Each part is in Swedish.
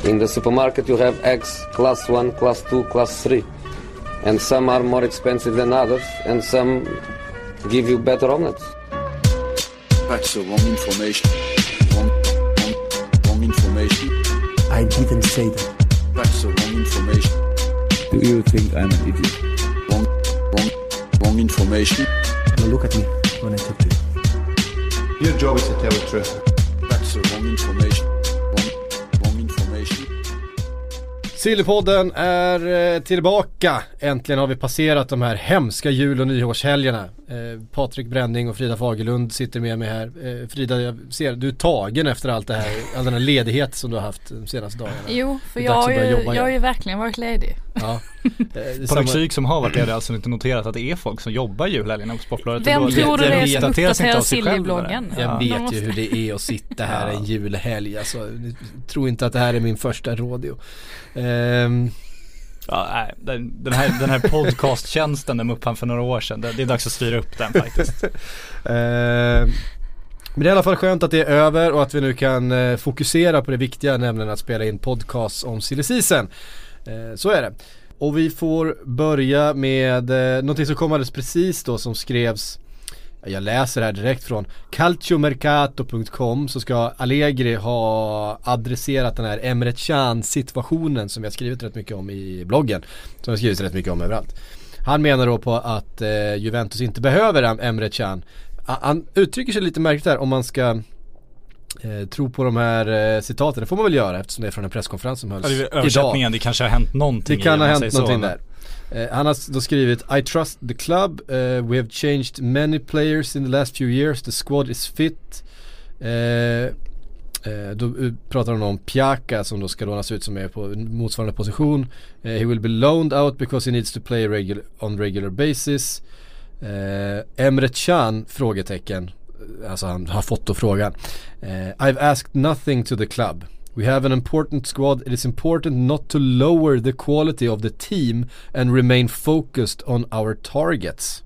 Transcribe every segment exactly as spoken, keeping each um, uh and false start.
In the supermarket you have eggs class one, class two, class three. And some are more expensive than others, and some give you better omelets. That's the wrong information. Wrong, wrong, wrong information. I didn't say that. That's the wrong information. Do you think I'm an idiot? Wrong, wrong, wrong information. Now look at me when I talk to you. Your job is to tell the truth. That's the wrong information. Wrong, wrong information. Sillypodden är tillbaka. Äntligen har vi passerat de här hemska jul- och nyårshelgerna. Eh, Patrik Bränning och Frida Fagerlund sitter med mig här. Eh, Frida, jag ser du är tagen efter allt det här, all den här ledighet som du har haft de senaste dagarna. Jo, för jag har, ju, jag har ju verkligen varit ledig. Ja. Eh, Patrik Syk som har varit ledig, alltså inte noterat att det är folk som jobbar julhelgerna på Sportbladet. Vem tror du det är som uppdaterar Sillybloggen? Jag vet ju hur det är att sitta här en julhelg. Alltså, jag tror inte att det här är min första rodeo. Um, ja, nej, den, den, här, den här podcasttjänsten den uppfann för några år sedan. Det, det är dags att styra upp den faktiskt. uh, Men det är i alla fall skönt att det är över och att vi nu kan uh, fokusera på det viktiga, nämligen att spela in podcasts om silly season. uh, Så är det. Och vi får börja med uh, någonting som kom alldeles precis då, som skrevs. Jag läser här direkt från calciomercato punkt com, så ska Allegri ha adresserat den här Emre Can-situationen som vi har skrivit rätt mycket om i bloggen, som vi har skrivit rätt mycket om överallt. Han menar då på att eh, Juventus inte behöver Emre Can. Han uttrycker sig lite märkligt här, om man ska eh, tro på de här eh, citaten. Det får man väl göra eftersom det är från en presskonferens som hölls ja, det är översättningen, idag. Det kanske har hänt någonting. Det kan i, ha hänt någonting så. där. Uh, han har då skrivit: I trust the club, uh, we have changed many players in the last few years, the squad is fit. uh, uh, Då uh, pratar han om Piaka som då ska lånas ut, som är på motsvarande position. uh, He will be loaned out because he needs to play regular, on regular basis. uh, Emre Can, frågetecken. Alltså han har fått då frågan. uh, I've asked nothing to the club. We have an important squad. It is important not to lower the quality of the team and remain focused on our targets.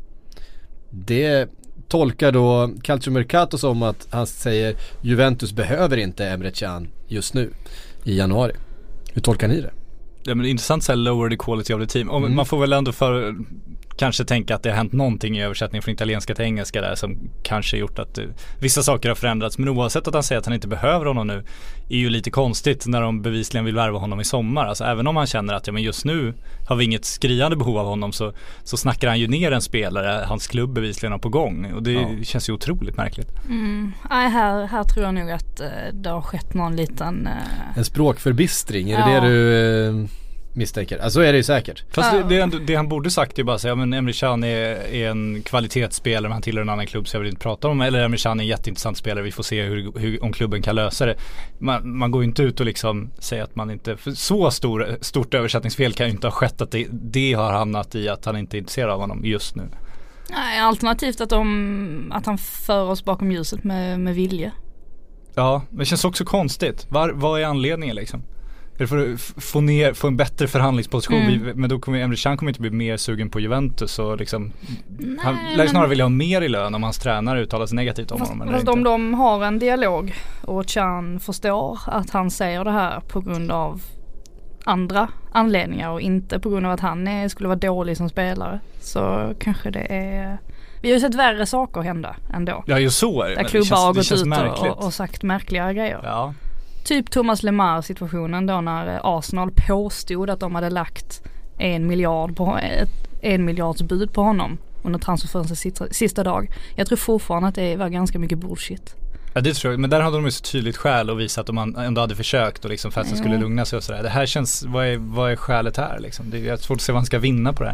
Det tolkar då Calciomercato som att han säger Juventus behöver inte Emre Can just nu i januari. Hur tolkar ni det? Ja, men det är intressant att säga lower the quality of the team. Och mm. man får väl ändå för kanske tänka att det har hänt någonting i översättning från italienska till engelska där som kanske gjort att uh, vissa saker har förändrats. Men oavsett att han säger att han inte behöver honom nu är ju lite konstigt när de bevisligen vill värva honom i sommar. Alltså även om han känner att ja, men just nu har vi inget skriande behov av honom, så, så snackar han ju ner en spelare hans klubb bevisligen har på gång. Och det ja. känns ju otroligt märkligt. Mm. Nej, här, här tror jag nog att uh, det har skett någon liten... Uh... En språkförbistring, är ja. det det du... Uh... misstänker. Alltså så är det ju säkert. Fast det, det, det han borde sagt är bara att säga, ja, men Emre Can är, är en kvalitetsspelare, men han tillhör en annan klubb så jag vill inte prata om. Eller Emre Can är en jätteintressant spelare, vi får se hur, hur, om klubben kan lösa det. Man, man går ju inte ut och liksom säger att man inte, för så stor, stort översättningsfel kan ju inte ha skett att det, det har hamnat i att han inte är intresserad av honom just nu. Nej, alternativt att, de, att han för oss bakom ljuset med, med vilja. Ja, men det känns också konstigt. Var, vad är anledningen liksom? För att få, ner, få en bättre förhandlingsposition. Mm. Vi, men då kommer Emre Can kommer inte bli mer sugen på Juventus. Och liksom, nej, han lär men... snarare vilja ha mer i lön om hans tränare uttalar sig negativt om fast, honom. Fast om de har en dialog och Can förstår att han säger det här på grund av andra anledningar och inte på grund av att han är, skulle vara dålig som spelare, så kanske det är... Vi har ju sett värre saker hända ändå. Ja, ju så är det. Där klubbar har gått ut märkligt. och, och sagt märkliga grejer. Ja. Typ Thomas Lemar situationen då när Arsenal påstod att de hade lagt en miljard på ett, en miljards bud på honom under transferfönstrets sista, sista dag. Jag tror fortfarande att det var ganska mycket bullshit. Ja, det tror jag. Men där hade de ju så tydligt skäl att visa att de ändå hade försökt och liksom för att det skulle lugna sig och sådär. Det här känns, vad är, vad är skälet här liksom? Det är svårt att se vad han ska vinna på det här.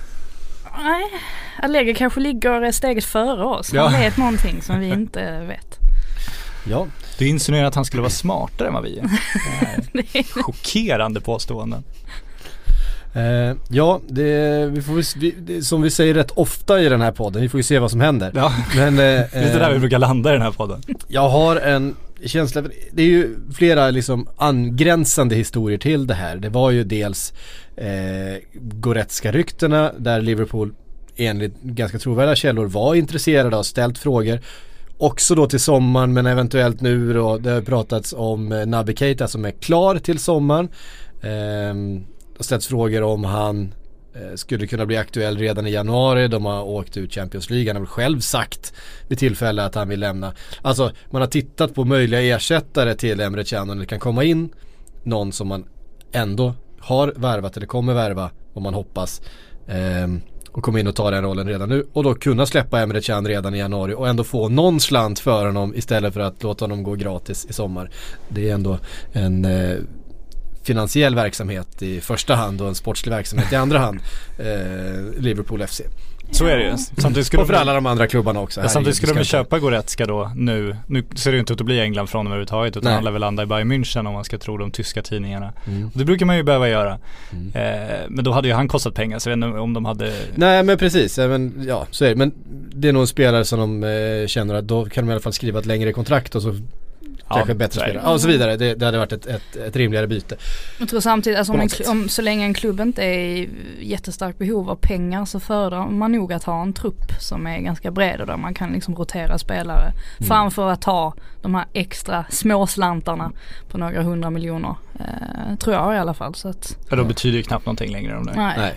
Nej, Allegri kanske ligger steget före oss. Han ja. vet någonting som vi inte vet. Ja. Du insinuerar att han skulle vara smartare än vad vi är. Det är chockerande påståenden. Uh, ja, det, vi får, vi, det, som vi säger rätt ofta i den här podden, vi får ju se vad som händer. Ja. Men, uh, det är där vi brukar landa i den här podden. Jag har en känsla, det är ju flera liksom angränsande historier till det här. Det var ju dels eh, Goretzka ryktena där Liverpool enligt ganska trovärdiga källor var intresserade och ställt frågor. också då till sommaren, men eventuellt nu då, det har pratats om eh, Naby Keita som är klar till sommaren. Eh, det har ställts frågor om han eh, skulle kunna bli aktuell redan i januari. De har åkt ut Champions League. Han har väl själv sagt vid tillfälle att han vill lämna. Alltså man har tittat på möjliga ersättare till Emre Can, och det kan komma in någon som man ändå har värvat eller kommer värva om man hoppas. Eh, och komma in och ta den rollen redan nu och då kunna släppa Emre Can redan i januari och ändå få någon slant för honom istället för att låta honom gå gratis i sommar. Det är ändå en eh, finansiell verksamhet i första hand och en sportslig verksamhet i andra hand, eh, Liverpool F C. Så är det ju. Samtidigt skulle och för alla de andra klubbarna också. Ja, samtidigt skulle de köpa Goretzka då nu. Nu ser det ju inte ut att bli England från dem överhuvudtaget, utan alla vill landa i Bayern München om man ska tro de tyska tidningarna. Mm. Och det brukar man ju behöva göra. Mm. Eh, men då hade ju han kostat pengar, så jag vet inte om de hade... Nej men precis, men, ja, så är det. Men det är nog en spelare som de eh, känner att då kan de i alla fall skriva ett längre kontrakt och så kanske ja, bättre spelare. Ja, och så vidare. Det, det hade varit ett, ett, ett rimligare byte. Jag tror samtidigt, alltså om, en, om så länge en klubb inte är i jättestarkt behov av pengar så föredrar man nog att ha en trupp som är ganska bred och där man kan liksom rotera spelare mm. framför att ta de här extra småslantarna på några hundra miljoner. Eh, tror jag i alla fall. Så att, ja, då betyder ju knappt någonting längre om det. Nej. Nej.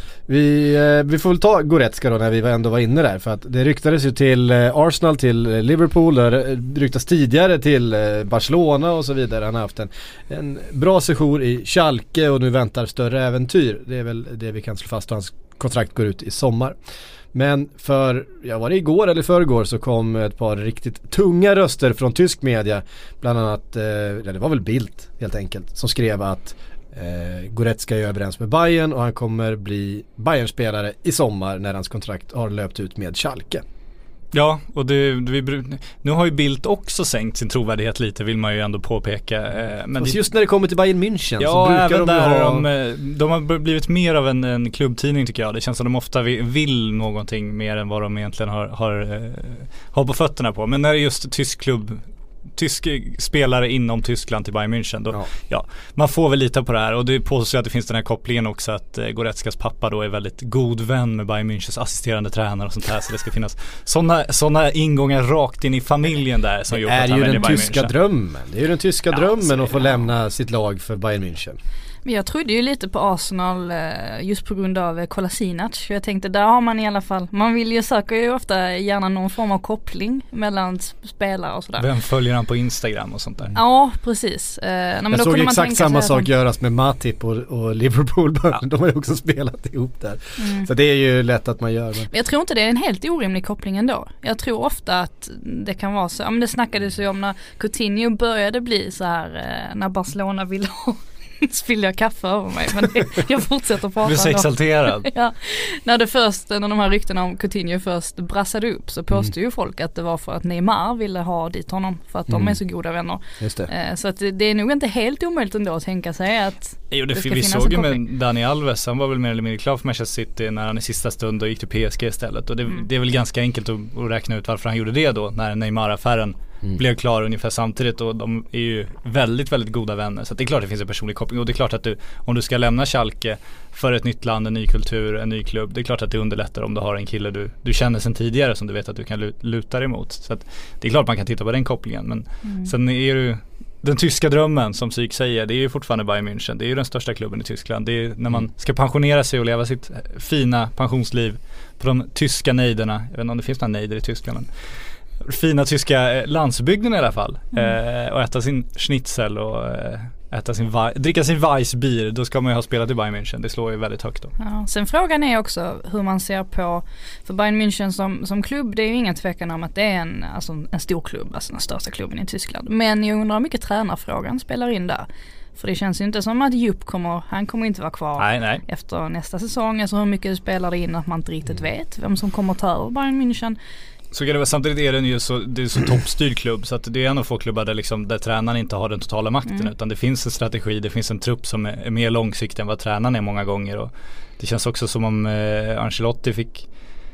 Vi, eh, vi får väl ta Goretzka då när vi ändå var inne där, för att det ryktades ju till eh, Arsenal, till eh, Liverpool, det ryktas tidigare till eh, Barcelona och så vidare. Han har haft en, en bra sejour i Schalke och nu väntar större äventyr. Det är väl det vi kan slå fast, hans kontrakt går ut i sommar. Men för, ja, var det igår eller förrgår så kom ett par riktigt tunga röster från tysk media, bland annat, eh, ja, det var väl Bild helt enkelt, som skrev att Eh, Goretzka är överens med Bayern och han kommer bli Bayern-spelare i sommar när hans kontrakt har löpt ut med Schalke. Ja, och det, vi, nu har ju Bildt också sänkt sin trovärdighet lite, vill man ju ändå påpeka. Eh, men det, just när det kommer till Bayern München ja, så brukar även de där ha... de, de har blivit mer av en, en klubbtidning tycker jag. Det känns som de ofta vill, vill någonting mer än vad de egentligen har, har, har på fötterna på. Men när det är just tysk klubb, tysk spelare inom Tyskland till Bayern München då, ja. ja, man får väl lita på det här, och det påstås att det finns den här kopplingen också att eh, Goretzkas pappa då är väldigt god vän med Bayern Münchens assisterande tränare och sånt här, så det ska finnas sådana såna ingångar rakt in i familjen där som gjort att han väljer Bayern München. Det är ju den tyska drömmen, det är ju den tyska ja, drömmen att få ja. lämna sitt lag för Bayern München. Men jag trodde ju lite på Arsenal just på grund av Kolasinac. För jag tänkte, där har man i alla fall, man vill ju söka ju ofta gärna någon form av koppling mellan spelare och sådär. Vem följer han på Instagram och sånt där? Ja, precis. Eh, nej, men jag då såg exakt samma sak som... göras med Matip och, och Liverpool. Ja. De har ju också spelat ihop där. Mm. Så det är ju lätt att man gör. Men... men jag tror inte det är en helt orimlig koppling ändå. Jag tror ofta att det kan vara så. Ja, men det snackades ju om när Coutinho började bli så här, eh, när Barcelona ville ha spiller jag kaffe över mig, men det, jag fortsätter prata. Du är så exalterad. Ja. När det först, när de här ryktena om Coutinho först brassade upp, så påstod mm. ju folk att det var för att Neymar ville ha dit honom för att mm. de är så goda vänner. Just det. Eh, så att det, det är nog inte helt omöjligt ändå att tänka sig att jo, det, det ska vi finnas såg en ju med Dani Alves, han var väl mer eller mindre klar för Manchester City när han i sista stund och gick till P S G istället, och det, mm. det är väl ganska enkelt att, att räkna ut varför han gjorde det då när Neymar-affären Mm. blev klar ungefär samtidigt, och de är ju väldigt, väldigt goda vänner, så att det är klart att det finns en personlig koppling, och det är klart att du, om du ska lämna Schalke för ett nytt land, en ny kultur, en ny klubb, det är klart att det underlättar om du har en kille du, du känner sedan tidigare som du vet att du kan luta dig emot, så att det är klart man kan titta på den kopplingen, men mm. sen är det den tyska drömmen som Psyk säger, det är ju fortfarande Bayern München, det är ju den största klubben i Tyskland, det är när man ska pensionera sig och leva sitt fina pensionsliv på de tyska nejderna, jag vet inte om det finns några nejder i Tyskland, men fina tyska landsbygden i alla fall, mm. eh, och äta sin schnitzel och eh, äta sin va- dricka sin Weissbier, då ska man ju ha spelat i Bayern München, det slår ju väldigt högt då. Ja, sen frågan är också hur man ser på, för Bayern München som, som klubb, det är ju ingen tvekan om att det är en, alltså en stor klubb, alltså den största klubben i Tyskland, men jag undrar hur mycket tränarfrågan spelar in där. För det känns ju inte som att Jupp kommer, han kommer inte vara kvar nej, nej. efter nästa säsong, alltså hur mycket spelar det in att man inte riktigt vet vem som kommer ta över Bayern München. Så kan det vara, samtidigt är den ju så, det är så toppstyrd klubb, så att det är en av få klubbar där, liksom, där tränaren inte har den totala makten, mm. utan det finns en strategi, det finns en trupp som är, är mer långsiktig än vad tränaren är många gånger, och det känns också som om eh, Ancelotti fick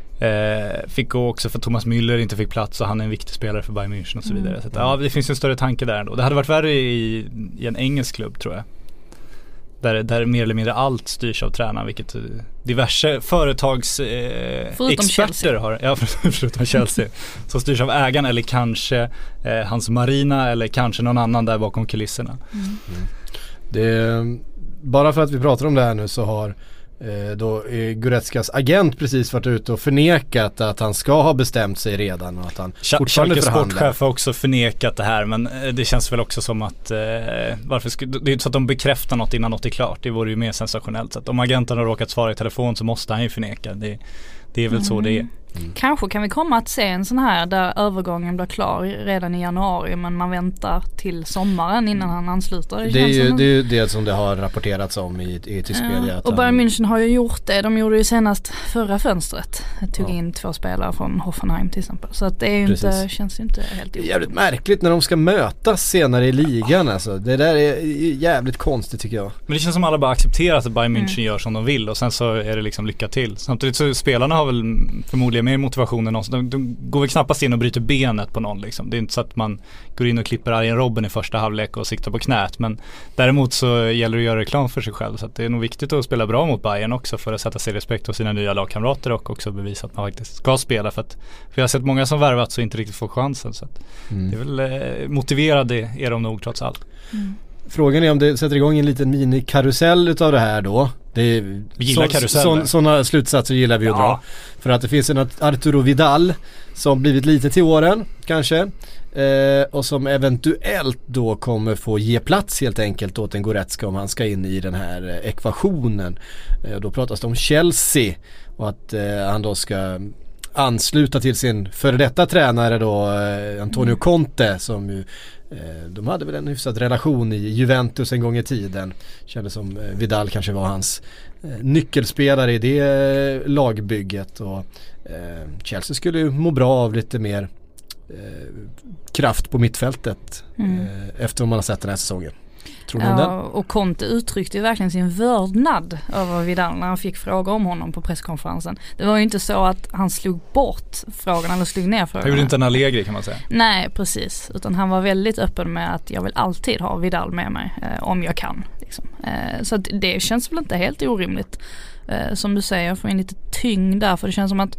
eh, fick gå också för Thomas Müller inte fick plats, och han är en viktig spelare för Bayern München och så vidare, mm. så att, ja, det finns en större tanke där ändå. Det hade varit värre i, i en engelsk klubb tror jag. Där, där mer eller mindre allt styrs av tränaren, vilket diverse företags eh, experter Chelsea. har. Ja, förutom Chelsea. Som styrs av ägaren eller kanske eh, hans marina eller kanske någon annan där bakom kulisserna. Mm. Mm. Det, bara för att vi pratar om det här nu så har eh, då eh, Goretzkas agent precis varit ute och förnekat att han ska ha bestämt sig redan och att han Ch- fortfarande Schalke förhandlar. sportchef har också förnekat det här, men det känns väl också som att eh, varför skulle, det är inte så att de bekräftar något innan något är klart. Det vore ju mer sensationellt. Så att om agenten har råkat svara i telefon så måste han ju förneka. Det, det är väl mm. så det är. Mm. Kanske kan vi komma att se en sån här där övergången blir klar redan i januari, men man väntar till sommaren innan han ansluter. Det, det, är, ju, som det är ju det som det har rapporterats om i, i tysk media. Ja, och Bayern München har ju gjort det. De gjorde ju senast förra fönstret. Jag tog ja. in två spelare från Hoffenheim till exempel. Så att det är ju inte, känns ju inte helt. Det är jävligt märkligt när de ska mötas senare i ligan. Alltså. Det där är jävligt konstigt tycker jag. Men det känns som alla bara accepterar att Bayern München mm. gör som de vill och sen så är det liksom lycka till. Samtidigt så spelarna har väl förmodligen mer motivation än någon. De, de går väl knappast in och bryter benet på någon liksom. Det är inte så att man går in och klipper Arjen Robben i första halvlek och siktar på knät, men däremot så gäller det att göra reklam för sig själv, så att det är nog viktigt att spela bra mot Bayern också för att sätta sig respekt hos sina nya lagkamrater och också bevisa att man faktiskt ska spela, för att för jag har sett många som värvat så inte riktigt får chansen, så att mm. det är väl eh, motiverade är de nog trots allt. Mm. Frågan är om det sätter igång en liten minikarusell utav det här då. Det är, vi gillar så, karuseller. Så, sådana slutsatser gillar vi att ja. dra. För att det finns en Arturo Vidal som blivit lite till åren kanske. Eh, och som eventuellt då kommer få ge plats helt enkelt åt en Goretzka om han ska in i den här eh, ekvationen. Eh, då pratas det om Chelsea och att eh, han då ska ansluta till sin före detta tränare då eh, Antonio Conte, som ju eh, de hade väl en hyfsad relation i Juventus en gång i tiden. Kändes som eh, Vidal kanske var hans eh, nyckelspelare i det eh, lagbygget, och eh, Chelsea skulle ju må bra av lite mer eh, kraft på mittfältet mm. eh, efter vad man har sett den här säsongen. Tror du ja, den? Och Conte uttryckte ju verkligen sin vördnad över Vidal när han fick fråga om honom på presskonferensen. Det var ju inte så att han slog bort frågan eller slog ner frågan. Han gjorde inte en Allegri kan man säga. Nej, precis. Utan han var väldigt öppen med att jag vill alltid ha Vidal med mig eh, om jag kan. Liksom. Eh, så att det känns väl inte helt orimligt. Eh, som du säger, får in lite tyngd där, för det känns som att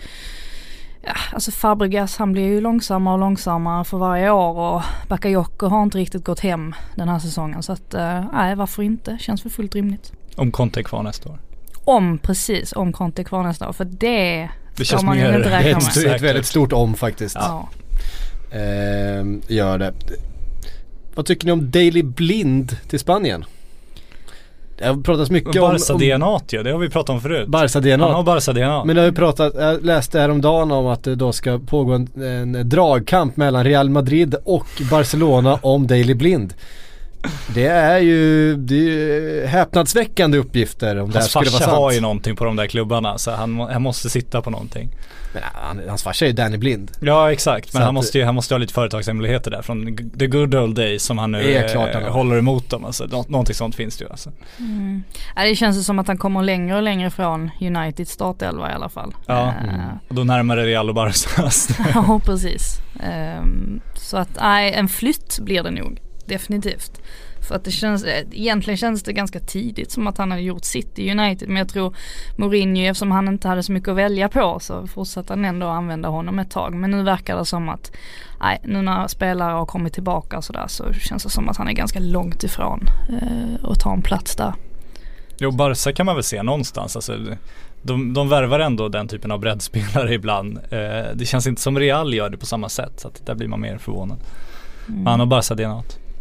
ja, alltså Fabregas, han blir ju långsammare och långsammare för varje år, och Bakayoko har inte riktigt gått hem den här säsongen, så att äh, nej, varför inte? Känns väl fullt rimligt. Om Conte är kvar nästa år. Om, precis, om Conte är kvar nästa år, för det, det ska man ju inte räkna med. Det är ett väldigt stort om faktiskt. Ja. Eh, gör det. Vad tycker ni om Daley Blind till Spanien? Det har pratats mycket om Barca D N A, ja, det har vi pratat om förut. Barca D N A. Han har Barca D N A. Men det har vi pratat, jag läste häromdagen om att det då ska pågå en, en dragkamp mellan Real Madrid och Barcelona om Daley Blind. Det är ju, det är ju häpnadsväckande uppgifter om det här skulle vara sant. Hans farsa har ju någonting på de där klubbarna, så han, han måste sitta på någonting. Men han, hans farsa är ju Danny Blind. Ja, exakt. Men så han måste ju han måste ha lite företagshemligheter där från the good old days som han nu är klart han eh, håller emot dem. Alltså, Nå- någonting sånt finns det ju alltså. Mm. Ja, det känns som att han kommer längre och längre från United startelva i alla fall. Ja, uh, mm. och då närmare Real och Barca. Ja, precis. Um, så att nej, en flytt blir det nog. Definitivt. För att det känns, egentligen känns det ganska tidigt som att han hade gjort sitt i United, men jag tror Mourinho, eftersom han inte hade så mycket att välja på, så fortsatte han ändå använda honom ett tag. Men nu verkar det som att nej, nu när spelare har kommit tillbaka och sådär, så känns det som att han är ganska långt ifrån eh, att ta en plats där. Jo, Barca kan man väl se någonstans. Alltså, de, de värvar ändå den typen av breddspelare ibland. Eh, det känns inte som Real gör det på samma sätt, så att där blir man mer förvånad. Mm. Man har Barca D N A.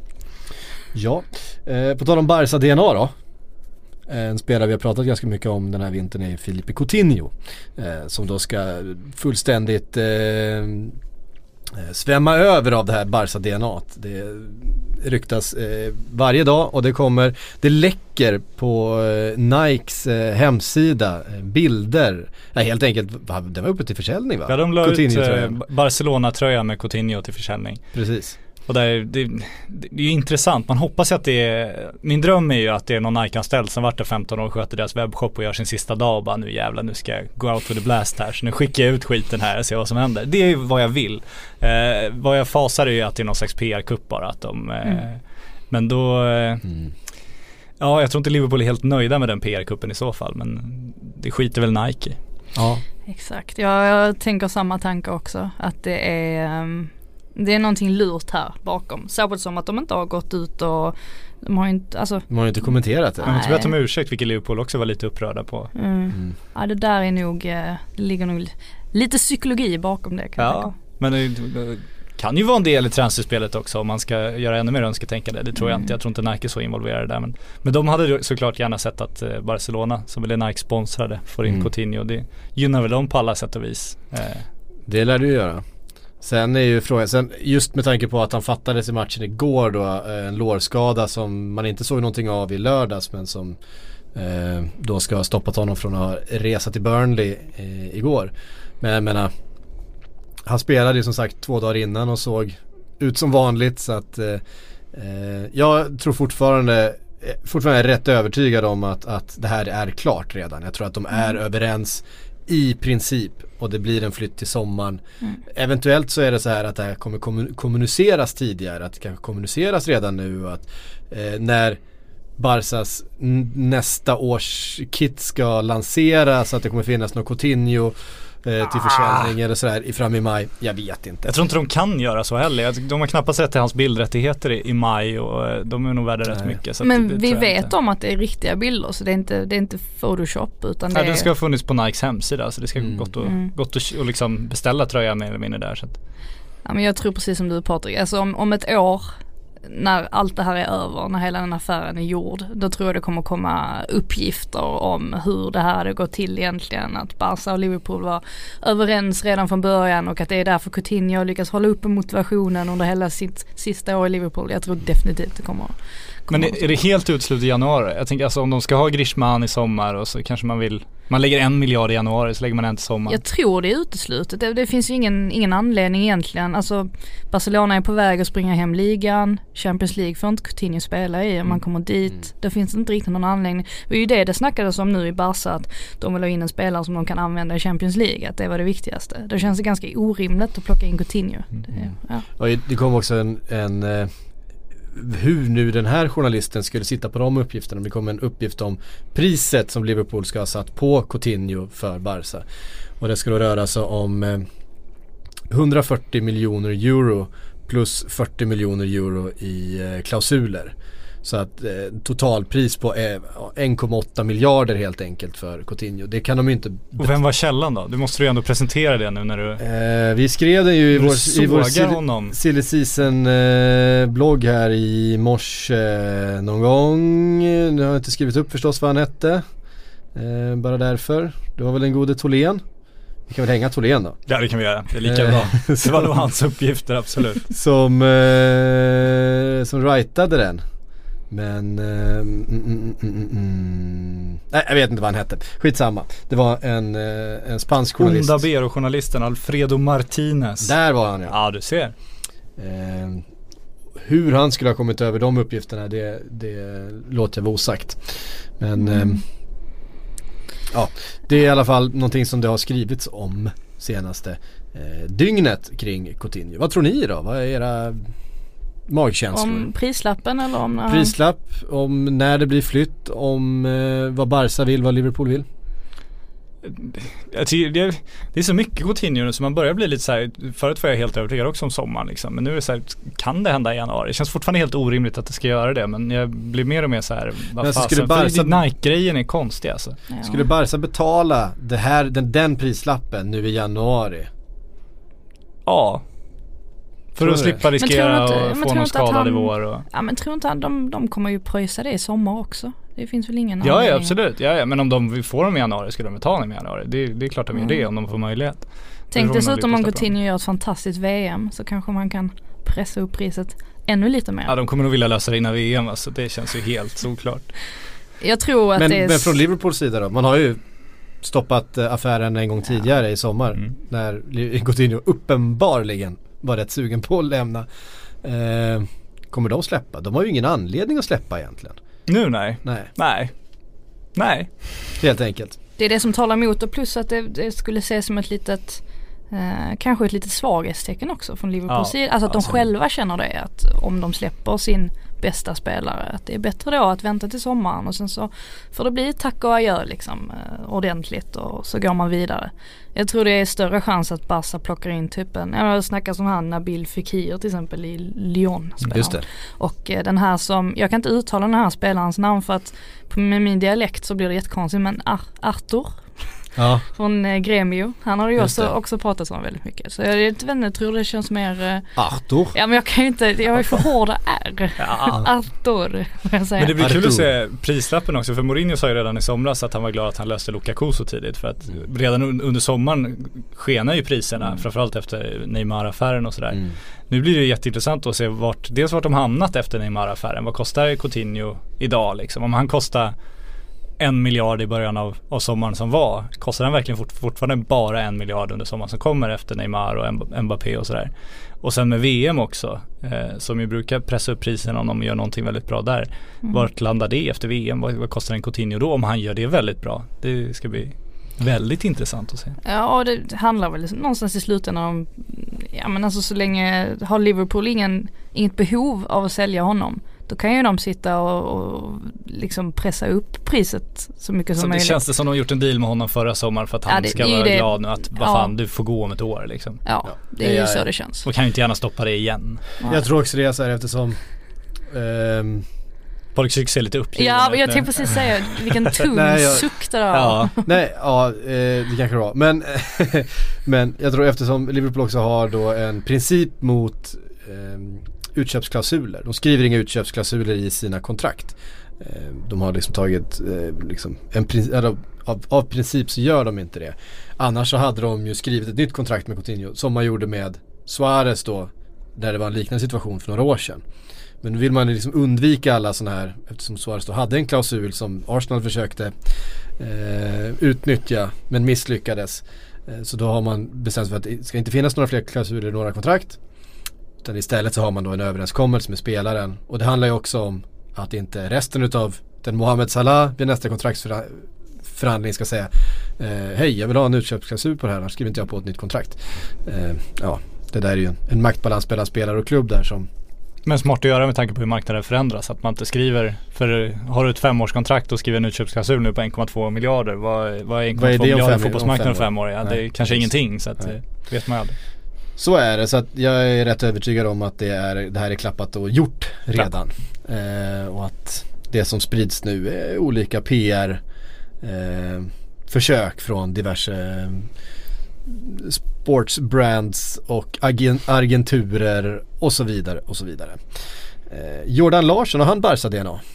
Ja, eh, på tal om Barca D N A då. En spelare vi har pratat ganska mycket om den här vintern är Filipe Coutinho. Eh, som då ska fullständigt eh, svämma över av det här Barca D N A. Det ryktas eh, varje dag, och det kommer, det läcker på eh, Nikes eh, hemsida eh, bilder. Ja, helt enkelt, den var uppe till försäljning va? Ja, de la ut eh, Barcelona-tröja med Coutinho till försäljning. Precis. Och där, det, det är ju intressant. Man hoppas ju att det är, min dröm är ju att det är någon Nike-anställd som varit där femton år och sköter deras webbshop och gör sin sista dag och bara nu jävlar, nu ska jag go out to the blast här, så nu skickar jag ut skiten här och ser vad som händer. Det är ju vad jag vill. Eh, vad jag fasar är ju att det är någon slags P R-kupp bara att de, eh, mm. men då eh, mm. Ja, jag tror inte Liverpool är helt nöjda med den P R-kuppen i så fall, men det skiter väl Nike i. Ja. Exakt, jag, jag tänker samma tanke också, att det är um, det är någonting lurt här bakom, särskilt som att de inte har gått ut och de har inte, alltså de har inte kommenterat det. Jag har inte bett om ursäkt, vilket Liverpool också var lite upprörda på. Mm. Mm. Ja, det där är nog, det ligger nog lite psykologi bakom det, kan jag Ja, tänka. men det kan ju vara en del i transferspelet också om man ska göra ännu mer önsketänkande. Det tror jag inte. Jag tror inte Nike är så involverade där. Men, men de hade såklart gärna sett att Barcelona, som väl Nike sponsrade, får in mm. Coutinho. Det gynnar väl dem på alla sätt och vis. Eh. Det lär du göra. Sen är ju frågan, sen just med tanke på att han fattades i matchen igår då, en lårskada som man inte såg någonting av i lördags, men som eh, då ska ha stoppat honom från att resa till Burnley eh, igår. Men jag menar, han spelade ju som sagt två dagar innan och såg ut som vanligt, så att eh, jag tror fortfarande fortfarande är rätt övertygad om att, att det här är klart redan. Jag tror att de är mm. överens i princip, och det blir en flytt till sommaren. Mm. Eventuellt så är det så här att det här kommer kommuniceras tidigare, att det kanske kommuniceras redan nu, att eh, när Barsas n- nästa års kit ska lanseras, att det kommer finnas något Coutinho eh, till försäljning ah. eller sådär i fram i maj. Jag vet inte. Jag tror inte de kan göra så heller. De har knappast sett till hans bildrättigheter i, i maj, och de är nog värda rätt mycket. Så men det, det vi vet inte. om att det är riktiga bilder, så det är inte, det är inte Photoshop, utan det Nej, är... det ska ha funnits på Nikes hemsida, så det ska mm. gått att mm. gått att och liksom beställa tröja mer eller mindre där. Så att. Ja, men jag tror precis som du, Patrik. Alltså om, om ett år, när allt det här är över, när hela den affären är gjord, då tror jag det kommer komma uppgifter om hur det här hade gått till egentligen, att Barca och Liverpool var överens redan från början, och att det är därför Coutinho lyckas hålla uppe motivationen under hela sitt sista år i Liverpool. Jag tror definitivt det kommer. kommer Men är, är det helt utslut i januari? Jag tänker alltså, om de ska ha Griezmann i sommar, och så kanske man vill, man lägger en miljard i januari, så lägger man en till sommar. Jag tror det är uteslutet. Det, det finns ju ingen, ingen anledning egentligen. Alltså Barcelona är på väg att springa hem ligan. Champions League får inte Coutinho spela i om man kommer dit. Mm. Det finns inte riktigt någon anledning. Det är ju det det snackades om nu i Barca, att de vill ha in en spelare som de kan använda i Champions League. Att det var det viktigaste. Det känns ganska orimligt att plocka in Coutinho. Mm. Det, ja. Och det kom också en, en eh, hur nu den här journalisten skulle sitta på de uppgifterna. Det kom en uppgift om priset som Liverpool ska ha satt på Coutinho för Barca. Och det skulle röra sig om eh, hundrafyrtio miljoner euro plus fyrtio miljoner euro i eh, klausuler. Så att eh, totalpris på eh, en komma åtta miljarder helt enkelt för Coutinho. Det kan de ju inte... Bet- och vem var källan då? Du måste ju ändå presentera det nu när du... Eh, vi skrev den ju i vår, i vår sil- Silly Season eh, blogg här i morse eh, någon gång. Nu har jag inte skrivit upp förstås vad han hette. Eh, bara därför. Det var väl en gode Tholén. Vi kan väl hänga Tholén då. Ja, det kan vi göra. Det är lika bra. Det var nog hans uppgifter, absolut. Som eh, som writade den. Men eh, mm, mm, mm, mm. Nej, jag vet inte vad han hette. Skitsamma. Det var en, eh, en spansk journalist. Onda Bero-journalisten Alfredo Martinez. Där var han, ja. Ja, du ser. Eh, hur han skulle ha kommit över de uppgifterna, det, det låter jag vara osagt. Men mm. eh, ja, det är i alla fall någonting som det har skrivits om senaste eh, dygnet kring Coutinho. Vad tror ni då? Vad är era magkänslor? Om prislappen eller om... När Prislapp, om när det blir flytt, om eh, vad Barca vill, vad Liverpool vill. Jag tycker, det, det är så mycket Coutinho nu, så man börjar bli lite så här. Förut var jag helt övertygad också om sommaren liksom, men nu är det så här, kan det hända i januari? Det känns fortfarande helt orimligt att det ska göra det, men jag blir mer och mer så här, vad alltså, fasen, Barca, för Nike-grejen är konstig alltså. Ja. Skulle Barca betala det här, den, den prislappen nu i januari? Ja. För att slippa riskera att få någon skadad i vår. Och... Ja, men tror inte att de, de kommer ju pröjsa det i sommar också. Det finns väl ingen Ja, ja absolut. Ja, ja. Men om de får dem i januari skulle de betala dem i januari. Det, det är klart de gör mm. det om de får möjlighet. Tänk dessutom om Coutinho gör ett fantastiskt V M, så kanske man kan pressa upp priset ännu lite mer. Ja, de kommer nog vilja lösa det innan V M. Alltså, det känns ju helt såklart. Jag tror att men, det är... Men från Liverpools sida då? Man har ju stoppat affären en gång tidigare ja. i sommar. Mm. När Coutinho uppenbarligen var rätt sugen på att lämna. Eh, kommer de släppa? De har ju ingen anledning att släppa egentligen. Nu nej. Nej. Nej. Nej. Helt enkelt. Det är det som talar emot, och plus att det, det skulle ses som ett litet eh, kanske ett litet svaghetstecken också från Liverpools sida. Ja, alltså att de alltså. själva känner det, att om de släpper sin bästa spelare. Att det är bättre då att vänta till sommaren och sen så får det bli tack och adjö liksom, eh, ordentligt och så går man vidare. Jag tror det är större chans att Barca plockar in typen, jag snackar som han Nabil Fekir till exempel i Lyon. Just det. Och eh, den här som, jag kan inte uttala den här spelarens namn för att på, med min dialekt så blir det jättekonstigt, men Ar- Arthur Ja. från eh, Gremio. Han har ju Just också, det. också pratat om väldigt mycket. Så jag vet inte, jag tror det känns mer... Eh, Arthur. ja, men jag kan ju inte, jag är för hårda R. Ja. Arthur, får jag säga. Men det blir kul Arthur. att se prislappen också, för Mourinho sa ju redan i somras att han var glad att han löste Lukaku så tidigt, för att redan un- under sommaren skenar ju priserna, mm. framförallt efter Neymar-affären och sådär. Mm. Nu blir det jätteintressant att se vart, dels vart de hamnat efter Neymar-affären. Vad kostar Coutinho idag liksom? Om han kostar en miljard i början av, av sommaren som var, kostar den verkligen fort, fortfarande bara en miljard under sommaren som kommer efter Neymar och Mbappé och sådär. Och sen med V M också, eh, som ju brukar pressa upp priserna om de gör någonting väldigt bra där. Mm. Vart landar det efter V M? Vad, vad kostar en Coutinho då om han gör det väldigt bra? Det ska bli väldigt intressant att se. Ja, och det handlar väl någonstans i slutändan om, ja men alltså så länge har Liverpool ingen, inget behov av att sälja honom, då kan ju de sitta och, och liksom pressa upp priset så mycket som så möjligt. Det känns det som de gjort en deal med honom förra sommaren för att han ja, det, ska det, vara det, glad nu att vad ja. fan, du får gå om ett år liksom. Ja, det är ju ja, så ja. det känns. Och kan ju inte gärna stoppa det igen. Ja. Jag tror också det är så här eftersom ehm, Folk tycks se lite uppgivna. Ja, jag tänkte precis säga vilken tung Nej, jag- suck det där. Ja. Nej, ja, eh, det kanske det var. Men, men jag tror eftersom Liverpool också har då en princip mot eh, utköpsklausuler. De skriver inga utköpsklausuler i sina kontrakt. Eh, de har liksom tagit eh, liksom en prin- eller, av, av princip så gör de inte det. Annars så hade de ju skrivit ett nytt kontrakt med Coutinho som man gjorde med Suarez då, där det var en liknande situation för några år sedan. Men nu vill man liksom undvika alla sådana här, eftersom Suarez då hade en klausul som Arsenal försökte eh, utnyttja men misslyckades. Eh, så då har man bestämt sig för att det ska inte finnas några fler klausuler i några kontrakt. Utan istället så har man då en överenskommelse med spelaren. Och det handlar ju också om att inte resten utav den Mohamed Salah vid nästa kontraktsförhandling ska säga eh, hej, jag vill ha en utköpsklausul på det här, annars skriver inte jag på ett nytt kontrakt. Eh, ja, det där är ju en, en maktbalans mellan spelare och klubb där som. Men smart att göra med tanke på hur marknaden förändras. Att man inte skriver, för har du ett femårskontrakt och skriver en utköpsklausul nu på en komma två miljarder. Vad, vad är en komma två miljarder fotbollsmarknaden om fem år? Ja, det är kanske ingenting, så att, det vet man aldrig. Så är det, så att jag är rätt övertygad om att det, är, det här är klappat och gjort redan. Eh, och att det som sprids nu är olika P R eh, försök från diverse eh, sportsbrands och agent, agenturer och så vidare och så vidare. Eh, Jordan Larsson, har han Barca D N A?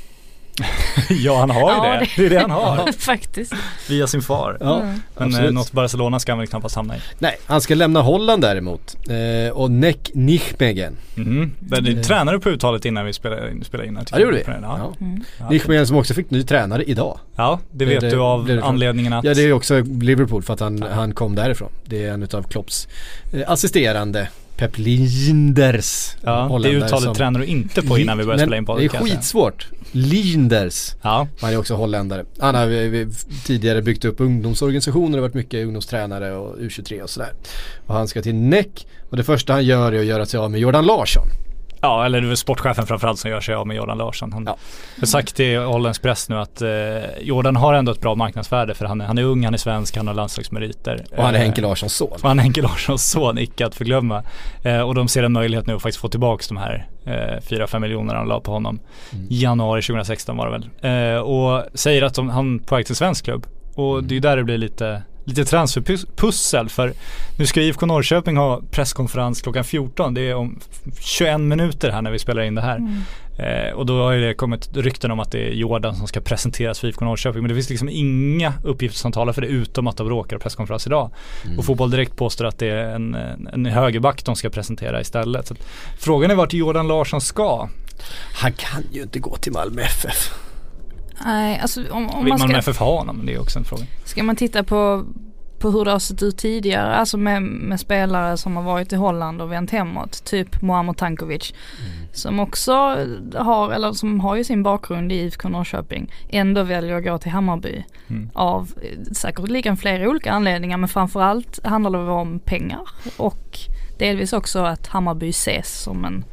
Ja, han har ju Ja, det. det- Det är det han har. Faktiskt. Via sin far. Ja, Mm. Men eh, absolut. något Barcelona ska han väl knappast hamna i. Nej, han ska lämna Holland däremot. Eh, och Nek Nijmegen. Mm. Men det tränade på uttalet innan vi spelade in, spelade in här, Ja, det gjorde vi. Ja. Ja. Mm. Ja. Nijmegen som också fick ny tränare idag. Ja, det vet Det- du av det- det- anledningen att Ja, det är också Liverpool för att han, han kom därifrån. Det är en utav Klopps eh, assisterande Pep Linders. ja, det holländare uttalet som- tränar du inte på innan vi börjar Men spela in på det är skitsvårt. Linders. Ja, Han är också holländare. Han har vi, vi, tidigare byggt upp ungdomsorganisationer och varit mycket ungdomstränare och U tjugotre och sådär. Och han ska till N E C och det första han gör är att göra sig av med Jordan Larsson. ja, eller det är väl sportchefen framförallt som gör sig av med Jordan Larsson. Han Ja. har sagt i Hollands press nu att eh, Jordan har ändå ett bra marknadsvärde, för han är, han är ung, han är svensk, han har landslagsmeriter. Och han är Eh, Henke Larssons son. Och han är Henke Larssons son, icke att förglömma. Eh, och de ser en möjlighet nu att faktiskt få tillbaka de här eh, fyra fem miljoner han la på honom. Mm. Januari tjugohundrasexton var det väl. Eh, och säger att de, han är på väg till svensk klubb. Och det är ju där det blir lite, lite transferpussel. För nu ska I F K Norrköping ha presskonferens klockan fjorton. Det är om tjugoett minuter här när vi spelar in det här. Mm. Eh, och då har ju det kommit rykten om att det är Jordan som ska presenteras för I F K Norrköping. Men det finns liksom inga uppgifter som talar för det, utom att de råkar presskonferens idag. Mm. Och Fotboll Direkt påstår att det är en, en högerback de ska presentera istället. Så att, frågan är vart Jordan Larsson ska. Han kan ju inte gå till Malmö F F. Nej, alltså om, om Vill man man ska, med F F ha honom? Men det är också en fråga. ska man titta på, på hur det har sett ut tidigare, alltså med, med spelare som har varit i Holland och vänt hemåt, typ Muamer Tankovic, Mm. som också har, eller som har ju sin bakgrund i I F K Norrköping, ändå väljer att gå till Hammarby Mm. av eh, säkerligen flera olika anledningar, men framförallt handlar det om pengar och delvis också att Hammarby ses som en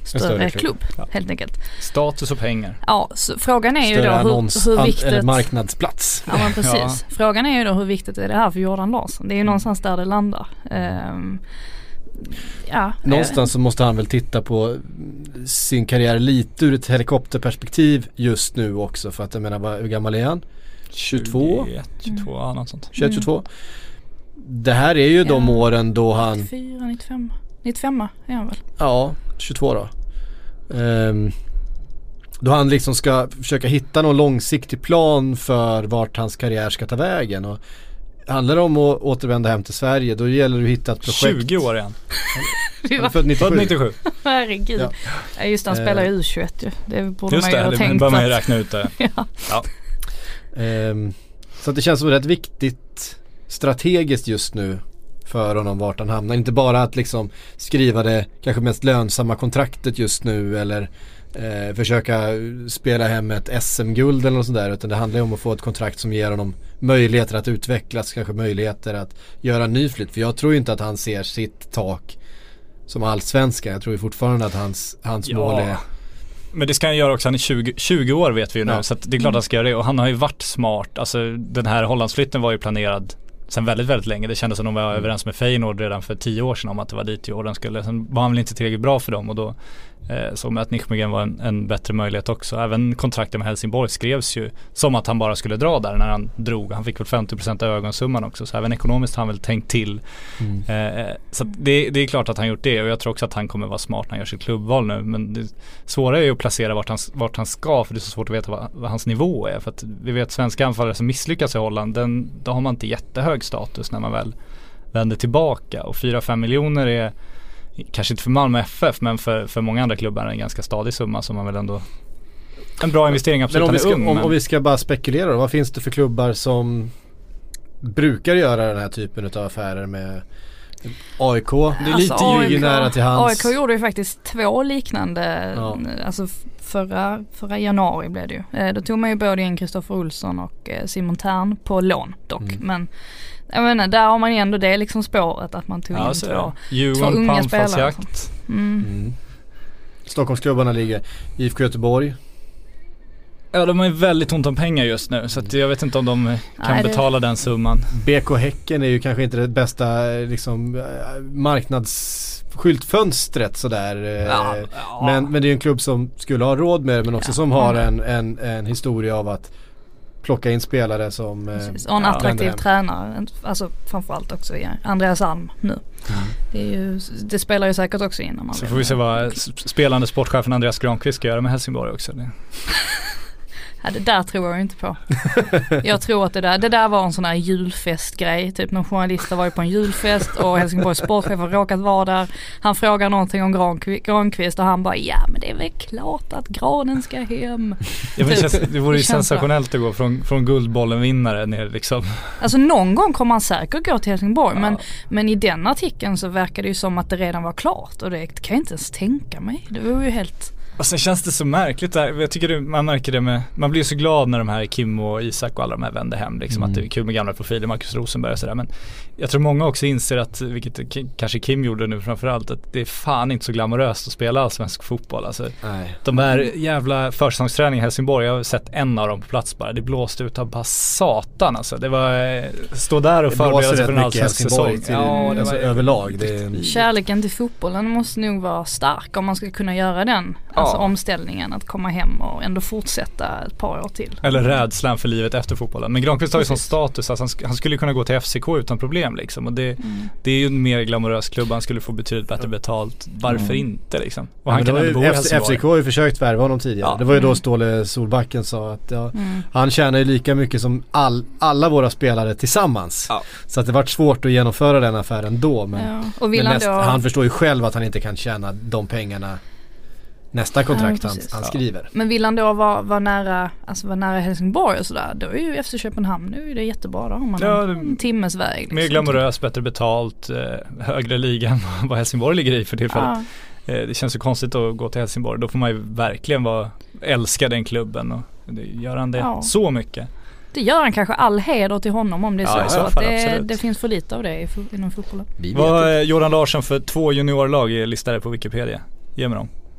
större, större klubb, klubb. Ja. helt enkelt. Status och pengar. Ja, så frågan är ju Större då annons, hur, hur an- viktigt... eller marknadsplats. Ja, men precis. Ja. Frågan är ju då hur viktigt är det här för Jordan Larsson. Det är ju någonstans där det landar. Um, ja, Någonstans så måste han väl titta på sin karriär lite ur ett helikopterperspektiv just nu också. För att jag menar, vad, hur gammal är han? tjugotvå? tjugoett, tjugotvå, ja, något sånt. tjugoett tjugotvå. Det här är ju Ja. de åren då han... nittiofyra, nittiofem. nittiofem är han väl? Ja, tjugotvå då. Um, då han liksom ska försöka hitta någon långsiktig plan för vart hans karriär ska ta vägen. Och handlar det om att återvända hem till Sverige, då gäller det att hitta ett projekt. tjugo år igen. Han är född nittiosju. Född nittiosju. Herregud. Ja. Ja. Just det, han spelar ju U tjugoett ju. Det borde Just man ju det, ha det tänkt bör man ju att- räkna ut det. ja. Ja. Um, så att det känns som rätt viktigt strategiskt just nu för honom vart han hamnar. Inte bara att liksom skriva det kanske mest lönsamma kontraktet just nu eller eh, försöka spela hem ett S M-guld eller något sånt där, utan det handlar ju om att få ett kontrakt som ger honom möjligheter att utvecklas, kanske möjligheter att göra en ny flytt. För jag tror ju inte att han ser sitt tak som allsvenska. Jag tror ju fortfarande att hans, hans Ja. mål är... Men det ska han göra också, han är tjugo, tjugo år vet vi ju nu, Ja. så att det är klart att han ska göra det. Och han har ju varit smart, alltså den här Hollandsflytten var ju planerad sen väldigt, väldigt länge. Det kändes som de var Mm. överens med Feyenoord redan för tio år sedan om att det var dit Jordan skulle. Sen var han väl inte tillräckligt bra för dem och då eh, såg man att Nijmegen var en, en bättre möjlighet också. Även kontrakten med Helsingborg skrevs ju som att han bara skulle dra där när han drog. Han fick väl femtio procent av ögonsumman också, så även ekonomiskt har han väl tänkt till. Mm. Eh, så att det, det är klart att han gjort det och jag tror också att han kommer vara smart när han gör sitt klubbval nu. Men det svåra är ju att placera vart han, vart han ska, för det är så svårt att veta vad, vad hans nivå är. För att vi vet svenska anfallare som misslyckas i Holland, den, då har man inte jättehög status när man väl vänder tillbaka. Och fyra fem miljoner är kanske inte för Malmö F F, men för, för många andra klubbar är en ganska stadig summa som man väl ändå... En bra investering, absolut. Men om vi, ska, han är ung, om, men... om vi ska bara spekulera då, vad finns det för klubbar som brukar göra den här typen av affärer med A I K? Det är lite Alltså, ju A I K nära till hans... A I K gjorde ju faktiskt två liknande, Ja. alltså förra, förra januari blev det ju. Eh, då tog man ju både in Kristoffer Olsson och eh, Simon Tern på lån dock. Mm. Men jag menar, där har man ju ändå det liksom spåret att man tog Ja, in så två, är det. två Djurgården unga på spelare. anfallsjakt. Mm. Mm. Stockholmsklubbarna ligger I F K Göteborg. Ja, de har ju väldigt ont om pengar just nu så att jag vet inte om de kan Nej, det- betala den summan. B K Häcken är ju kanske inte det bästa liksom, eh, marknadsskyltfönstret sådär. eh, Ja, ja. Men, men det är ju en klubb som skulle ha råd med det, men också Ja. som har en, en, en historia av att plocka in spelare som eh, Precis. Och en ja, attraktiv vänder hem. tränare, alltså framförallt också i Andreas Alm nu. Det, är ju, det spelar ju säkert också in när man Så vill. får vi se vad s- spelande sportchefen Andreas Granqvist ska göra med Helsingborg också. Det. Ja, det där tror jag inte på. Jag tror att det där, det där var en sån här julfestgrej. Typ någon journalist var ju på en julfest och Helsingborgs sportchef har råkat vara där. Han frågar någonting om Granqvist, Granqvist och han bara, ja men det är väl klart att granen ska hem. Ja, men det, känns, det vore ju Det känns sensationellt att gå från, från Guldbollen-vinnare ner liksom. Alltså någon gång kommer han säkert gå till Helsingborg. Ja. Men, men i den artikeln så verkar det ju som att det redan var klart. Och det kan jag inte ens tänka mig. Det var ju helt... Och sen känns det så märkligt där. Jag tycker det, man märker det med, man blir så glad när de här Kim och Isak och alla de här vänder hem liksom, Mm. att det är kul med gamla profiler, Marcus Rosenberg och sådär, men jag tror många också inser att, vilket Ki- kanske Kim gjorde nu framförallt, att det är fan inte så glamoröst att spela allsvensk fotboll alltså. Nej. De här jävla försäsongsträning i Helsingborg, jag har sett en av dem på plats bara, det blåste ut av bara satan alltså. Det var, eh, stå där och Det förbereda blåser sig för en rätt mycket i allsvensk Helsingborg säsong. till, Ja, det alltså, var överlag. Det är en... Kärleken till fotbollen måste nog vara stark om man ska kunna göra den alltså Ja. omställningen att komma hem och ändå fortsätta ett par år till. Eller rädslan för livet efter fotbollen. Men Granqvist har ju sån status att han, sk- han skulle kunna gå till F C K utan problem liksom. Och det, Mm. det är ju en mer glamorös klubb, han skulle få betydligt bättre betalt. Varför Mm. inte liksom? Och Ja, han men kan det var ändå bo ju, i F- Helsingborg. F C K har ju försökt värva honom tidigare. Ja. Det var ju då Mm. Ståle Solbacken sa att ja, Mm. han tjänar ju lika mycket som all, alla våra spelare tillsammans. Ja. Så att det var svårt att genomföra den affären då. Men, Ja. Och vill men han näst, då... han förstår ju själv att han inte kan tjäna de pengarna nästa kontrakt Ja, han, precis. han Ja. skriver. Men vill han då vara, vara nära, alltså vara nära Helsingborg och sådär, då är ju F C Köpenhamn nu är det jättebra, då har man Ja, en, det- en timmes väg. Liksom. Mer glamorös, bättre betalt, eh, högre liga än vad Helsingborg ligger i för tillfället. Ja. Eh, det känns ju konstigt att gå till Helsingborg. Då får man ju verkligen vara, älska den klubben och det, gör han det Ja. så mycket. Det gör han kanske, all heder till honom om det är Ja, så. i så så att fall, det, absolut. det finns för lite av det i, fo- inom fotbollen. Vi vet Vad inte. är Jordan Larsson för två juniorlag är listade på Wikipedia? Ge mig dem.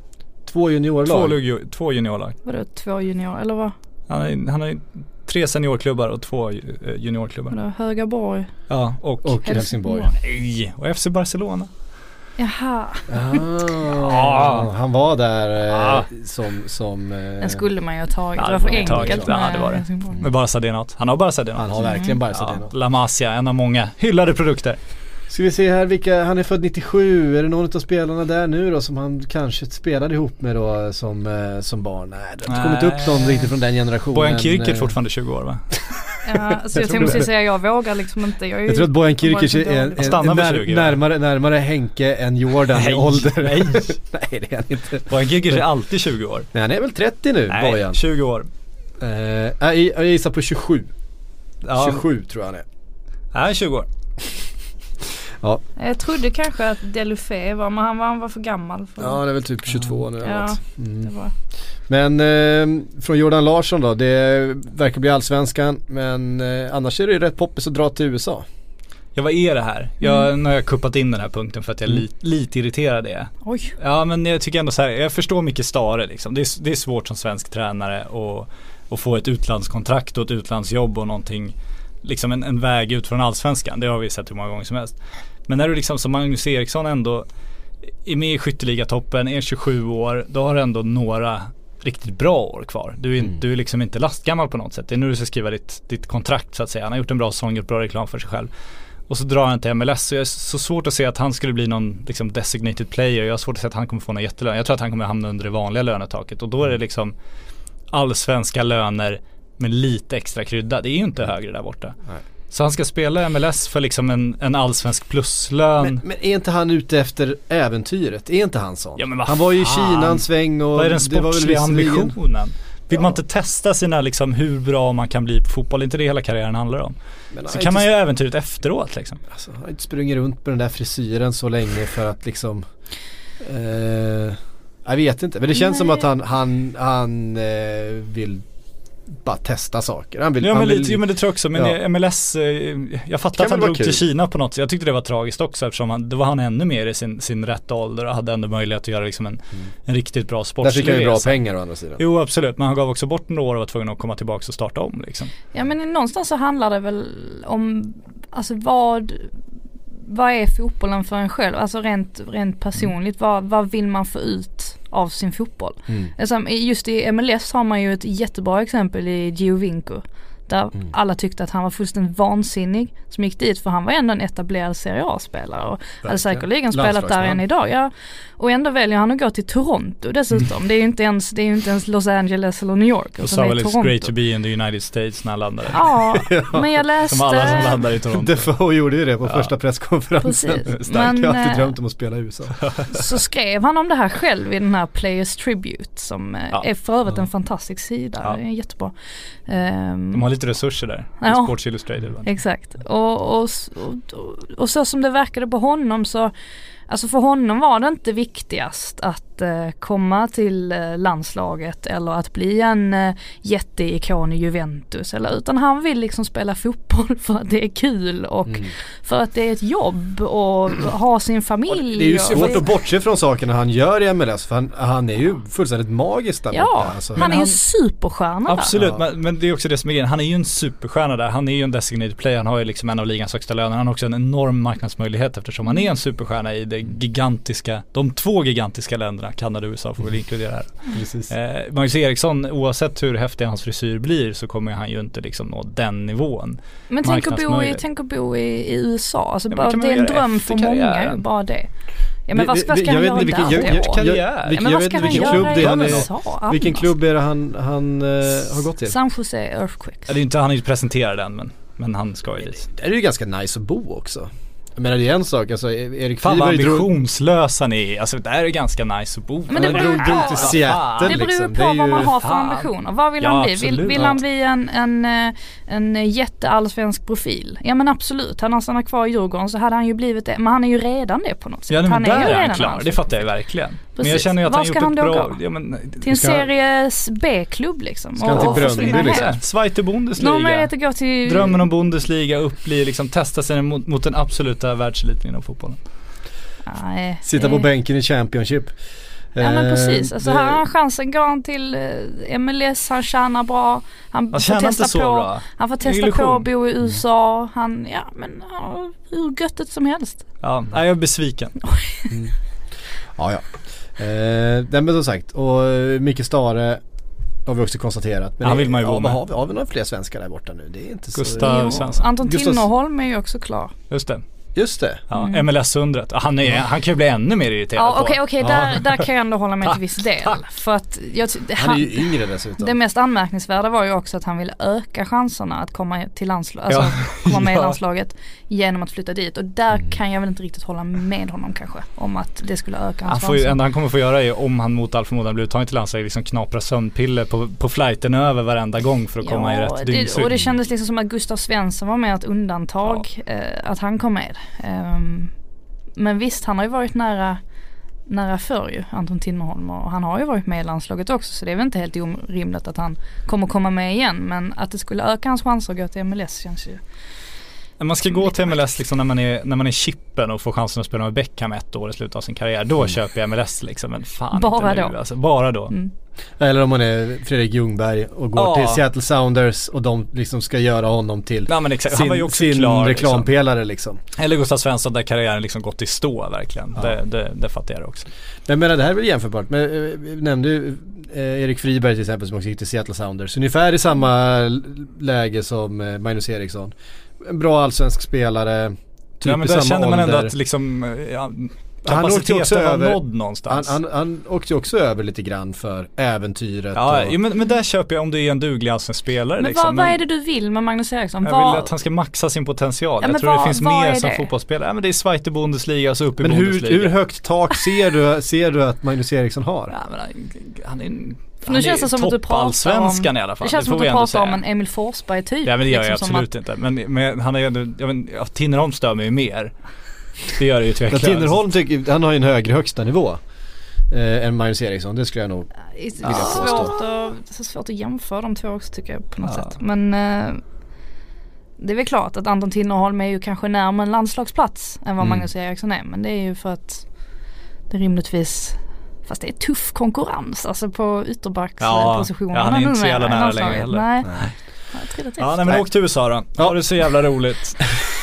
Två juniorlag? Två, lugg- två juniorlag. Vadå, två junior, eller vad? Han har, han har ju tre seniorklubbar och två eh, juniorklubbar. Vadå, Högaborg? Ja, och, Och Helsingborg. Nej, och F C Barcelona. Jaha. Ah, han var där eh, Ah. som... som eh, Den skulle man ju ha tagit. Ja, det var för det var enkelt taget. Ja, det var det. Helsingborg. Med bara Sadenat. Han har bara Sadenat. han har verkligen bara Ja, Sadenat. La Masia, en av många hyllade produkter. Ska vi se här vilka, han är född nittiosju, är det någon av spelarna där nu då som han kanske spelade ihop med då som, eh, som barn? Nej, det har inte kommit upp någon riktigt från den generationen. Bojan Kirk är eh, fortfarande tjugo år, va? Ja, alltså jag tänkte säga jag vågar liksom inte. Jag, är ju, Jag tror att Bojan Kirkic är, är, är, Stannar vid är tjugo, när, närmare, närmare Henke än Jordan Nej, i ålder. nej. Nej, det är han inte. Bojan Kirk är alltid tjugo år. Nej, han är väl trettio nu, Nej, Bojan. tjugo år. Eh, jag, jag gissar på tjugosju. Ja, tjugosju tror jag han är. Nej, tjugo år. Ja. Jag trodde kanske att Delufé var, men han var, han var för gammal. För, Ja, det är väl typ tjugotvå nu. Ja, Mm. det var. Men eh, från Jordan Larsson då, det verkar bli allsvenskan, men eh, annars är det ju rätt poppis att dra till U S A. Ja, vad är det här? Jag, Mm. Nu har jag kuppat in den här punkten för att jag är Mm. li, lite irriterad är. Oj. Ja, men jag tycker ändå så här, jag förstår mycket Stare liksom. Det är, det är svårt som svensk tränare att, att få ett utlandskontrakt och ett utlandsjobb och någonting, liksom en, en väg ut från allsvenskan. Det har vi sett hur många gånger som helst. Men när du liksom som Magnus Eriksson ändå är med i skytteligatoppen, är tjugosju år, då har du ändå några riktigt bra år kvar. Du är, mm. du är liksom inte lastgammal på något sätt. Det är nu du ska skriva ditt, ditt kontrakt så att säga. Han har gjort en bra sång, gjort bra reklam för sig själv. Och så drar han till M L S, så jag är så svårt att se att han skulle bli någon liksom designated player. Jag har svårt att se att han kommer få någon jättelön. Jag tror att han kommer hamna under det vanliga lönetaket. Och då är det liksom allsvenska löner med lite extra krydda. Det är ju inte högre där borta. Nej. Så han ska spela M L S för liksom en, en allsvensk pluslön. Men, men är inte han ute efter äventyret? Är inte han sån? Ja, men vad han var ju i fan. Kina en sväng och vad är den det var väl sportsliga visserligen- ambitionen? Vill Ja. man inte testa sina liksom hur bra man kan bli på fotboll? Inte det hela karriären handlar om. Men Så han kan man inte, ju äventyret efteråt liksom. alltså, han har inte sprungit runt med den där frisyren så länge för att liksom eh, jag vet inte. Men det känns Nej. som att han, han, han eh, vill bara testa saker. Han vill, Ja, han men, vill, lite, jo, men det tror jag också. Men Ja. M L S, eh, jag fattar Kan att han väl vara drog till kul. Kina på något sätt. Jag tyckte det var tragiskt också eftersom han, då var han ännu mer i sin, sin rätta ålder och hade ändå möjlighet att göra liksom en, en riktigt bra där sportslig fick han ju bra resa. pengar å andra sidan. Jo, absolut. Men han gav också bort några år och var tvungen att komma tillbaka och starta om liksom. Ja, men någonstans så handlar det väl om, alltså vad vad är fotbollen för en själv? Alltså rent, rent personligt, vad, vad vill man få ut av sin fotboll? Mm. Alltså, just i M L S har man ju ett jättebra exempel i Giovinco. Där Mm. alla tyckte att han var fullständigt vansinnig som gick dit, för han var ändå en etablerad Serie A-spelare och hade säkerligen spelat där Landslagsman. än idag. Ja. Och ändå väljer han att gå till Toronto dessutom. Mm. Det är ju inte ens, det är ju inte ens Los Angeles eller New York. Och utan sa det är väl it's Toronto. great to be in the United States när han landade. Ja, men jag läste... Som alla som landar i Toronto. Defoe gjorde ju det på Ja. första presskonferensen. Precis. Stark, Men, jag har alltid eh, drömt om att spela i U S A. Så skrev han om det här själv i den här Players Tribute som eh, Ja. är för övrigt en fantastisk sida. Ja. Det är jättebra. Ehm, De har lite resurser där. Ja. Sports Illustrated. Va? Exakt. Och, och, och, och så som det verkade på honom så, alltså för honom var det inte viktigast att eh, komma till eh, landslaget eller att bli en eh, jätteikon i Juventus, eller, utan han vill liksom spela fotboll för att det är kul och Mm. för att det är ett jobb och ha sin familj. Det är ju och- svårt att bortse från sakerna han gör i M L S, för han, han är ju fullständigt magisk där Ja, borta. Alltså. han är ju han- en superstjärna. Absolut, Ja. men, men det är också det som är grejen. Han är ju en superstjärna där. Han är ju en designated player. Han har ju liksom en av ligans högsta löner. Han har också en enorm marknadsmöjlighet eftersom han är en superstjärna i det gigantiska, de två gigantiska länderna, Kanada och U S A får vi inkludera här. Precis. Eh, Magnus Eriksson, oavsett hur häftig hans frisyr blir så kommer han ju inte liksom nå den nivån. Men tänk att bo i, marknadsmöjlighet. tänk att bo i, i U S A. Alltså Ja, men bara, kan man det är en göra dröm efter för många. karriären? Bara det. Ja, men vad ska, vad ska jag han vet göra inte vilken, där? jag, jag, då? jag, Karriär. jag, vilken, men jag vad vet ska inte han vilken göra klubb det är han i är. U S A? Vilken annars? klubb är det han, han uh, har gått till? San Jose Earthquakes. Ja, det är inte, han är ju inte presenterad än men, men han ska ju dit. Det är ju ganska nice att bo också. Jag menar det är en sak, alltså Erik Fan vad Friberg drog, ambitionslösa ni är. Alltså det här är ganska nice att bo. Men det han beror drog, på- drog till Seattle Det beror ju liksom. på Det är vad man ju- har för fan. ambitioner. Vad vill Ja, han bli? absolut. Vill, vill Ja. han bli en, en, eh, en jätteallsvensk profil? Ja men absolut. Han har stannat kvar i Djurgården så hade han ju blivit det. Men han är ju redan det på något sätt. Ja men han där ju är han redan klar, allsvensk det fattar jag profil. verkligen. Men Precis. jag känner ju att Var han ska gjort han ett då bra... gå? Ja, men, Till en Ska- series B-klubb liksom. Ska han till och Bröndby, försvinna liksom? hem. Zweite Bundesliga. Någon möjlighet att gå till... Drömmen om Bundesliga upp blir liksom testa sig mot, mot den absoluta världseliten inom fotbollen. Nej, Sitta det- på bänken i Championship. Ja men precis, alltså här har han chansen, går han till M L S, han tjänar bra, han, han får testa på bra. han får testa på att bo i U S A, han, ja men ja, hur göttet som helst. Ja, jag är besviken. mm. Ja ja, eh, men som sagt, och Micke Stare har vi också konstaterat. Men han vill man ju ja, vara med. Har vi, har vi några fler svenskar där borta nu? Det är inte Gustav så... Svensson. Anton Gustav... Tinnerholm är ju också klar. Just det. Just det. Ja, mm. M L S-undret. Han, är, han kan ju bli ännu mer irriterad ja, på. Okej, okej, ja. där, där kan jag ändå hålla med till viss del. För att jag, han, han är ju yngre dessutom. Det mest anmärkningsvärda var ju också att han ville öka chanserna att komma till landslaget, alltså ja. komma med i ja. landslaget genom att flytta dit. Och där mm. kan jag väl inte riktigt hålla med honom kanske om att det skulle öka hans han får ju, chanser. enda han kommer få göra är om han mot all förmodan blir uttagen till landslaget liksom knapra sömnpiller på, på flighten över varenda gång för att ja, komma i rätt dygnsrytm. Och det kändes liksom som att Gustav Svensson var med ett undantag, ja. eh, att han kom med. Um, men visst, han har ju varit nära nära för ju, Anton Tinnerholm, och han har ju varit med i landslaget också, så det är väl inte helt orimligt att han kommer komma med igen, men att det skulle öka hans chanser att gå till M L S känns ju. Man ska gå till M L S liksom när man är när man är chippen och får chansen att spela med Beckham ett år i slutet av sin karriär. Då mm. köper jag M L S liksom, men fan bara inte då. nu, alltså. Bara då. Mm. Eller om man är Fredrik Ljungberg och går ja. till Seattle Sounders och de liksom ska göra honom till ja, men exakt. Han sin, var ju också sin klar, reklampelare liksom. liksom. Eller Gustav Svensson där karriären liksom gått i stå verkligen. Ja. Det, det, det fattar jag också. Men menar, det här är väl jämförbart. Men vi nämnde ju eh, Erik Friberg till exempel som också gick till Seattle Sounders. Ungefär i samma läge som eh, Magnus Eriksson. En bra allsvensk spelare. Typ ja, men i där samma känner man ålder. ändå att liksom ja, han åkte också över nådd någonstans. Han, han, han åkte också över lite grann för äventyret. Ja, och... ja men, men där köper jag om du är en duglig allsvensk spelare. Men liksom. vad, vad är det du vill med Magnus Eriksson? Jag vad... vill att han ska maxa sin potential. Ja, jag tror vad, det finns vad mer som fotbollsspelare. Ja, men det är Zweite Bundesliga så upp i men Bundesliga. Men hur, hur högt tak ser du, ser du att Magnus Eriksson har? Ja, men han, han är en nu känns det som att du pratar om, i alla fall. Det känns det som att du pratar om en Emil Forsberg typ. Ja, men det gör jag liksom absolut att... inte. Men, men han är ju ändå, jag vet, ja, Tinnerholm stör mig ju mer. Det gör det ju tveklöst. Tinnerholm tycker, han har ju en högre högsta nivå eh, än Magnus Eriksson. Det skulle jag nog det är vilja påstå. Svårt att, det är svårt att jämföra de två också tycker jag på något ja. sätt. Men eh, det är väl klart att Anton Tinnerholm är ju kanske närmare en landslagsplats än vad mm. Magnus Eriksson är. Men det är ju för att det rimligtvis, fast det är tuff konkurrens alltså på ytterbackspositionen. Ja, ja, han är inte så jävla nära längre heller. Nej. Nej. Ja, ja, nej, men åk till U S A då. Ja, ja det är så jävla roligt.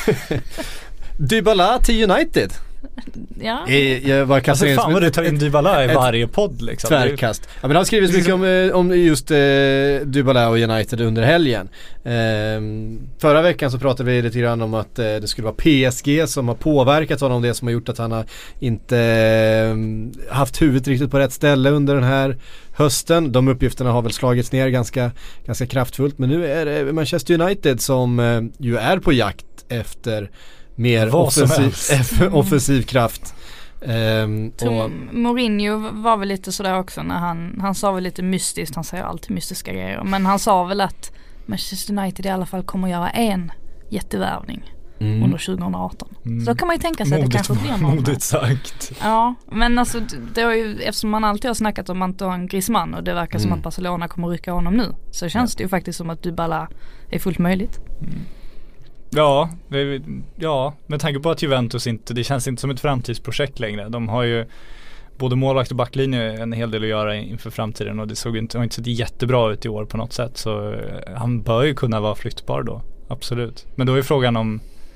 Dybala till United. Ja. I, jag var alltså fan vad du tar in Dybala i varje podd liksom. Tvärkast. Ja, men det har skrivits mycket om, om just eh, Dybala och United under helgen. Eh, förra veckan så pratade vi lite grann om att eh, det skulle vara P S G som har påverkat honom, det som har gjort att han har inte eh, haft huvudet riktigt på rätt ställe under den här hösten. De uppgifterna har väl slagits ner ganska, ganska kraftfullt, men nu är det Manchester United som eh, ju är på jakt efter mer offensiv, offensiv kraft. Um, och Mourinho var väl lite sådär också när han, han sa väl lite mystiskt, han säger alltid mystiska grejer, men han sa väl att Manchester United i alla fall kommer att göra en jättevärvning mm. under tjugo arton. Mm. Så då kan man ju tänka sig modigt, att det kanske blir någon. Modigt sagt. Ja, men alltså det har ju, eftersom man alltid har snackat om Antoine Griezmann och det verkar mm. som att Barcelona kommer att rycka honom nu, så känns ja. det ju faktiskt som att Dybala är fullt möjligt. Mm. Ja, det, ja, med tanke på att Juventus inte, det känns inte som ett framtidsprojekt längre. De har ju både målvakt och backlinje en hel del att göra inför framtiden och det såg inte, har inte sett jättebra ut i år på något sätt, så han bör ju kunna vara flyttbar då, absolut. Men då är frågan om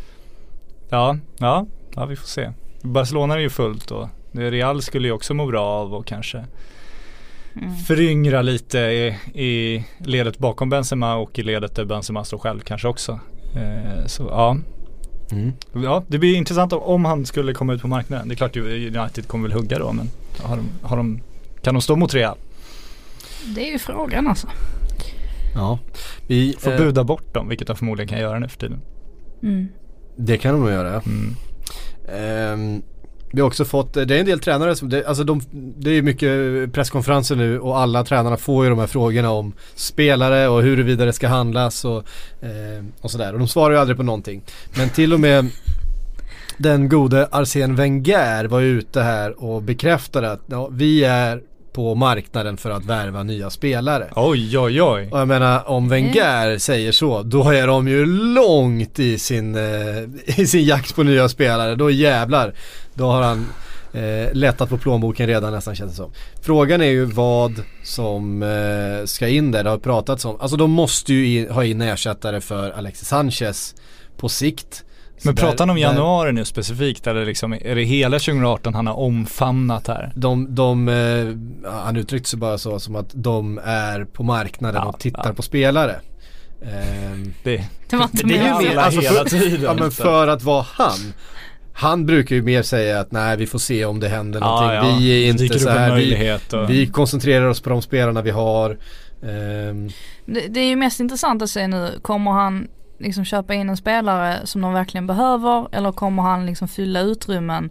ja, ja, ja vi får se. Barcelona är ju fullt och Real skulle ju också må bra av och kanske mm. föryngra lite i, i ledet bakom Benzema och i ledet där Benzema står själv kanske också. Eh, så ja. Mm. Ja, det blir intressant om han skulle komma ut på marknaden. Det är klart United kommer väl hugga då, men har de, har de, kan de stå mot Real? Det är ju frågan alltså. Ja, vi får eh, buda bort dem, vilket de förmodligen kan göra nu för tiden. Mm. Det kan de nog göra. Mm. Um, vi har också fått, det är en del tränare som, det, alltså de, det är mycket presskonferenser nu och alla tränarna får ju de här frågorna om spelare och huruvida det ska handlas och, eh, och sådär. Och de svarar ju aldrig på någonting. Men till och med den gode Arsène Wenger var ju ute här och bekräftade att ja, vi är på marknaden för att värva nya spelare. Oj, oj, oj. Och jag menar, om Wenger mm. säger så, då är de ju långt i sin, eh, i sin jakt på nya spelare. Då jävlar, då har han eh, lättat på plånboken redan nästan, känns det som. Frågan är ju vad som eh, ska in där. Det har pratats om, alltså de måste ju in, ha in ersättare för Alexis Sanchez på sikt. Men där, pratar han om januari där, nu specifikt, eller liksom, är det hela tjugo arton han har omfamnat här? De, de, eh, han uttryckte sig bara så som att de är på marknaden ja, och tittar ja. på spelare. Um, det, det, var inte det är med ju hela, alltså hela för, tiden. Ja, men för att vara han. Han brukar ju mer säga att nej, vi får se om det händer ja, någonting. Ja. Vi är inte så här. Vi, och... vi koncentrerar oss på de spelarna vi har. Um, det, det är ju mest intressant att se nu. Kommer han liksom köpa in en spelare som de verkligen behöver, eller kommer han liksom fylla utrymmen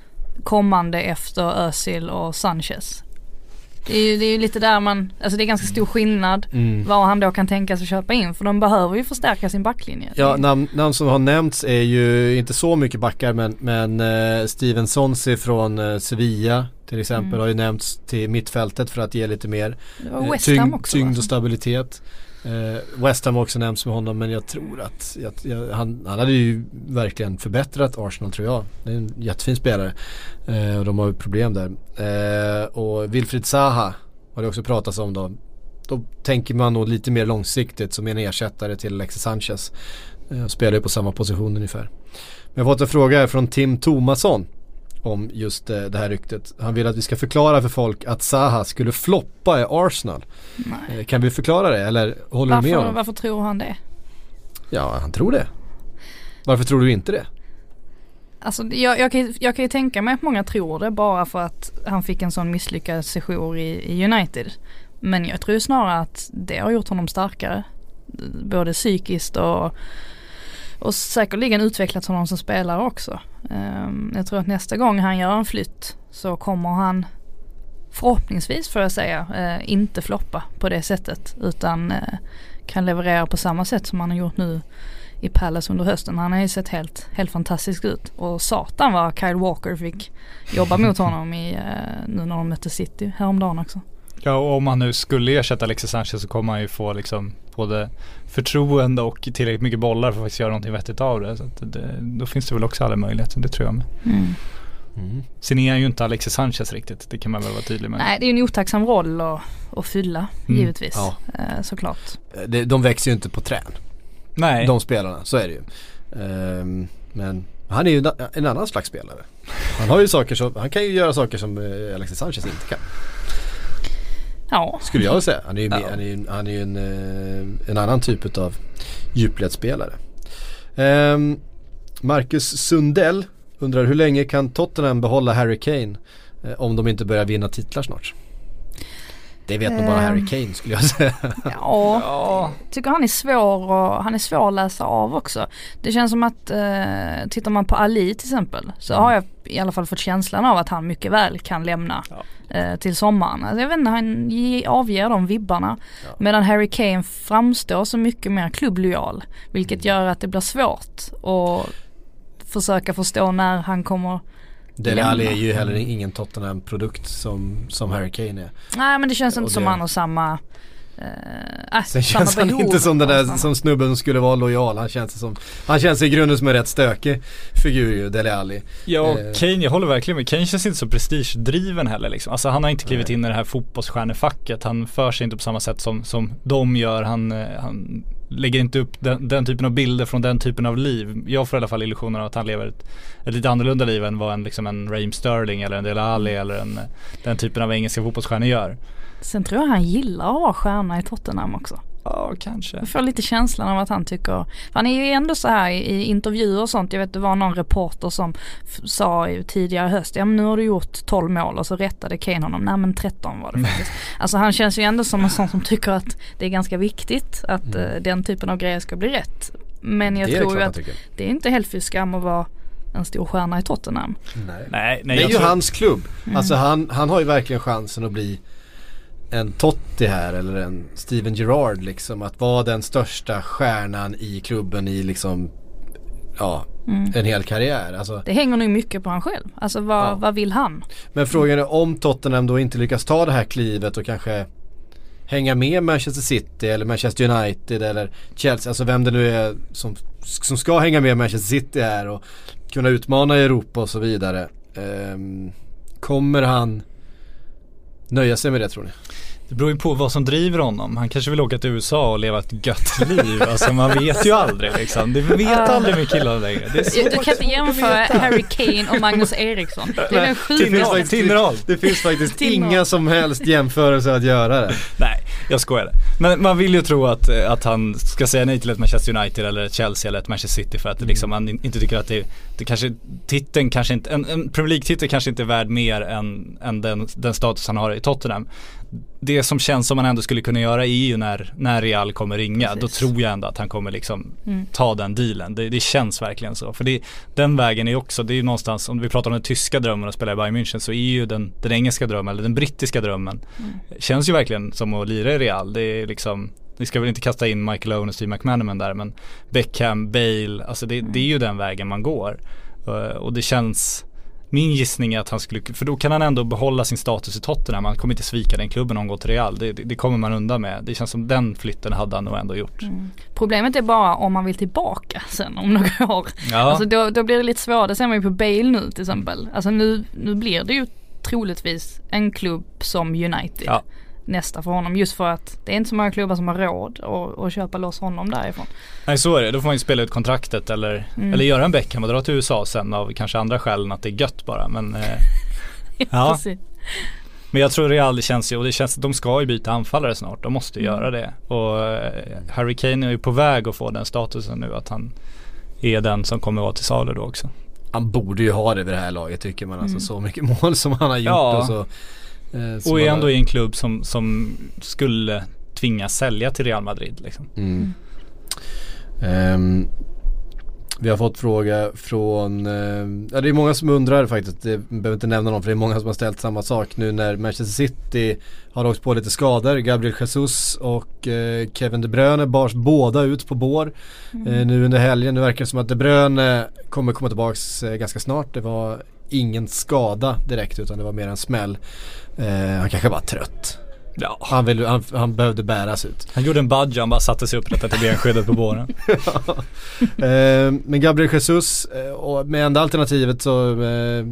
kommande efter Özil och Sanchez? Det är ju, det är ju lite där man, alltså det är ganska stor skillnad mm. vad han då kan tänka sig köpa in, för de behöver ju förstärka sin backlinje. Ja, namn, namn som har nämnts är ju inte så mycket backar, men, men uh, Steven Sonsi från uh, Sevilla till exempel mm. har ju nämnts till mittfältet för att ge lite mer uh, tyngd, också, tyngd och stabilitet. Uh, West Ham också nämns med honom, men jag tror att jag, jag, han, han hade ju verkligen förbättrat Arsenal, tror jag. Det är en jättefin spelare uh, och de har ju problem där. Uh, och Wilfried Zaha har det också pratats om då. Då tänker man nog lite mer långsiktigt som en ersättare till Alexis Sanchez. Uh, spelar ju på samma position ungefär. Men jag har fått en fråga här från Tim Thomasson om just uh, det här ryktet. Han vill att vi ska förklara för folk att Zaha skulle floppa i Arsenal. Nej. Kan vi förklara det, eller håller varför, du med honom? Varför tror han det? Ja, han tror det. Varför tror du inte det? Alltså jag, jag, kan, jag kan ju tänka mig att många tror det bara för att han fick en sån misslyckad sejour i, i United. Men jag tror snarare att det har gjort honom starkare. Både psykiskt och, och säkerligen utvecklat honom som spelare också. Um, jag tror att nästa gång han gör en flytt så kommer han förhoppningsvis, får jag säga, uh, inte floppa på det sättet, utan uh, kan leverera på samma sätt som han har gjort nu i Palace under hösten. Han har ju sett helt, helt fantastisk ut. Och satan vad Kyle Walker fick jobba mot honom i, uh, nu när de mötte City häromdagen också. Ja, och om han nu skulle ersätta Alexis Sanchez så kommer han ju få liksom både förtroende och tillräckligt mycket bollar för att faktiskt göra någonting vettigt av det. Så att det, då finns det väl också alla möjligheter, det tror jag med. Mm. Mm. Sen är han ju inte Alexis Sanchez riktigt, det kan man väl vara tydlig med. Nej, det är ju en otacksam roll att, att fylla, mm. givetvis. Ja. Eh, såklart. De, de växer ju inte på trän. Nej. De spelarna, så är det ju. Um, men han är ju en annan slags spelare. Han har ju saker som, han kan ju göra saker som Alexis Sanchez inte kan. Ja. Skulle jag säga. Han är ju, ja. han är ju, han är ju en, en annan typ av djupledsspelare. Um, Marcus Sundell undrar hur länge kan Tottenham behålla Harry Kane eh, om de inte börjar vinna titlar snart? Det vet um, nog bara Harry Kane, skulle jag säga. Ja, ja. Tycker han är svår och han är svår att läsa av också. Det känns som att eh, tittar man på Ali till exempel, så mm. har jag i alla fall fått känslan av att han mycket väl kan lämna ja. eh, till sommaren. Alltså jag vet inte, han ge, avger de vibbarna. Ja. Medan Harry Kane framstår så mycket mer klubblojal, vilket mm. gör att det blir svårt att försöka förstå när han kommer. Dele Alli är ju heller ingen Tottenham-produkt som, som Harry Kane är. Nej, men det känns inte det, som han har samma äh, Sen känns han inte som den där som snubben som skulle vara lojal. Han känns som han känns i grunden som en rätt stökig figur ju, Dele Alli. Ja, och eh. Kane, jag håller verkligen med. Kane känns inte så prestigedriven heller liksom. Alltså han har inte klivit Nej. in i det här fotbollsstjärnefacket. Han för sig inte på samma sätt som, som de gör. Han, han lägger inte upp den, den typen av bilder från den typen av liv. Jag får i alla fall illusioner av att han lever ett, ett lite annorlunda liv än vad en, liksom en Raheem Sterling eller en Dele Alli eller en, den typen av engelska fotbollsstjärnor gör. Sen tror jag han gillar att vara stjärna i Tottenham också. Ja, kanske. Jag får lite känslan av att han tycker, han är ju ändå så här i, i intervjuer och sånt. Jag vet det var någon reporter som f- sa tidigare höst, ja men nu har du gjort tolv mål, och så rättade Kane honom, nej men tretton var det faktiskt. Alltså han känns ju ändå som en sån som tycker att det är ganska viktigt att mm. uh, den typen av grejer ska bli rätt. Men jag tror ju att det är inte helt för skam att vara en stor stjärna i Tottenham. Nej, nej, nej det är ju tror... hans klubb. Mm. Alltså han, han har ju verkligen chansen att bli en Totti här eller en Steven Gerrard liksom, att vara den största stjärnan i klubben i liksom ja, mm. en hel karriär. Alltså, det hänger nog mycket på han själv. Alltså vad, ja. vad vill han? Men frågan är om Tottenham då inte lyckas ta det här klivet och kanske hänga med Manchester City eller Manchester United eller Chelsea, alltså vem det nu är som, som ska hänga med Manchester City här och kunna utmana i Europa och så vidare. Um, Kommer han nöja sig med det, tror ni? Det beror ju på vad som driver honom. Han kanske vill åka till U S A och leva ett gött liv. Alltså man vet ju aldrig liksom. Det vet aldrig med killar längre. Det är så du kan inte jämföra Harry Kane och Magnus Eriksson. Det är en Tinneral, Tinneral. Det finns faktiskt inga som helst jämförelser att göra det. Nej, jag skojar. Men man vill ju tro att, att han ska säga nej till ett Manchester United eller ett Chelsea eller ett Manchester City för att mm. liksom, man inte tycker att det, det kanske, titeln kanske inte, en, en Premier League-titel kanske inte är värd mer än, än den, den status han har i Tottenham. Det som känns som man ändå skulle kunna göra är ju när, när Real kommer ringa. Precis. Då tror jag ändå att han kommer liksom mm. ta den dealen. Det, det känns verkligen så. För det, den vägen är också, det är ju någonstans, om vi pratar om den tyska drömmen att spela i Bayern München, så är ju den, den engelska drömmen eller den brittiska drömmen mm. känns ju verkligen som att lira i Real. Det är liksom, vi ska väl inte kasta in Michael Owen och Steve McManaman där, men Beckham, Bale, alltså det, mm. det är ju den vägen man går. Uh, och det känns... Min gissning är att han skulle, för då kan han ändå behålla sin status i Tottenham. Man kommer inte svika den klubben om han går till Real. Det, det, det kommer man undan med. Det känns som den flytten hade han nog ändå gjort. Mm. Problemet är bara om man vill tillbaka sen om några år. Ja. Alltså då, då blir det lite svårt. Det ser man ju på Bale nu till exempel. Alltså nu, nu blir det ju troligtvis en klubb som United. Ja. Nästa för honom, just för att det är inte så många klubbar som har råd att, att köpa loss honom därifrån. Nej, så är det. Då får man ju spela ut kontraktet eller, mm. eller göra en Beckham och dra till U S A sen av kanske andra skäl än att det är gött bara. Men, eh, ja. Men jag tror Real, det känns ju, och det känns att de ska ju byta anfallare snart. De måste mm. göra det. Och eh, Harry Kane är ju på väg att få den statusen nu att han är den som kommer vara till salu då också. Han borde ju ha det vid det här laget, tycker man. Alltså, mm. så mycket mål som han har gjort ja. och så. Eh, och är ändå i en klubb som, som skulle tvingas sälja till Real Madrid liksom. Mm. Um, vi har fått fråga från uh, ja, det är många som undrar faktiskt, det behöver inte nämna någon för det är många som har ställt samma sak nu när Manchester City har åkt på lite skador. Gabriel Jesus och uh, Kevin De Bruyne bars båda ut på bår mm. uh, nu under helgen. Nu verkar det som att De Bruyne kommer komma tillbaks uh, ganska snart. Det var ingen skada direkt utan det var mer en smäll. Uh, han kanske var trött. Ja. Han, vill, han, han behövde bäras ut. Han gjorde en badge, han bara satte sig upp rätt till benskyddet på båren. ja. uh, Men Gabriel Jesus uh, och med enda alternativet så uh,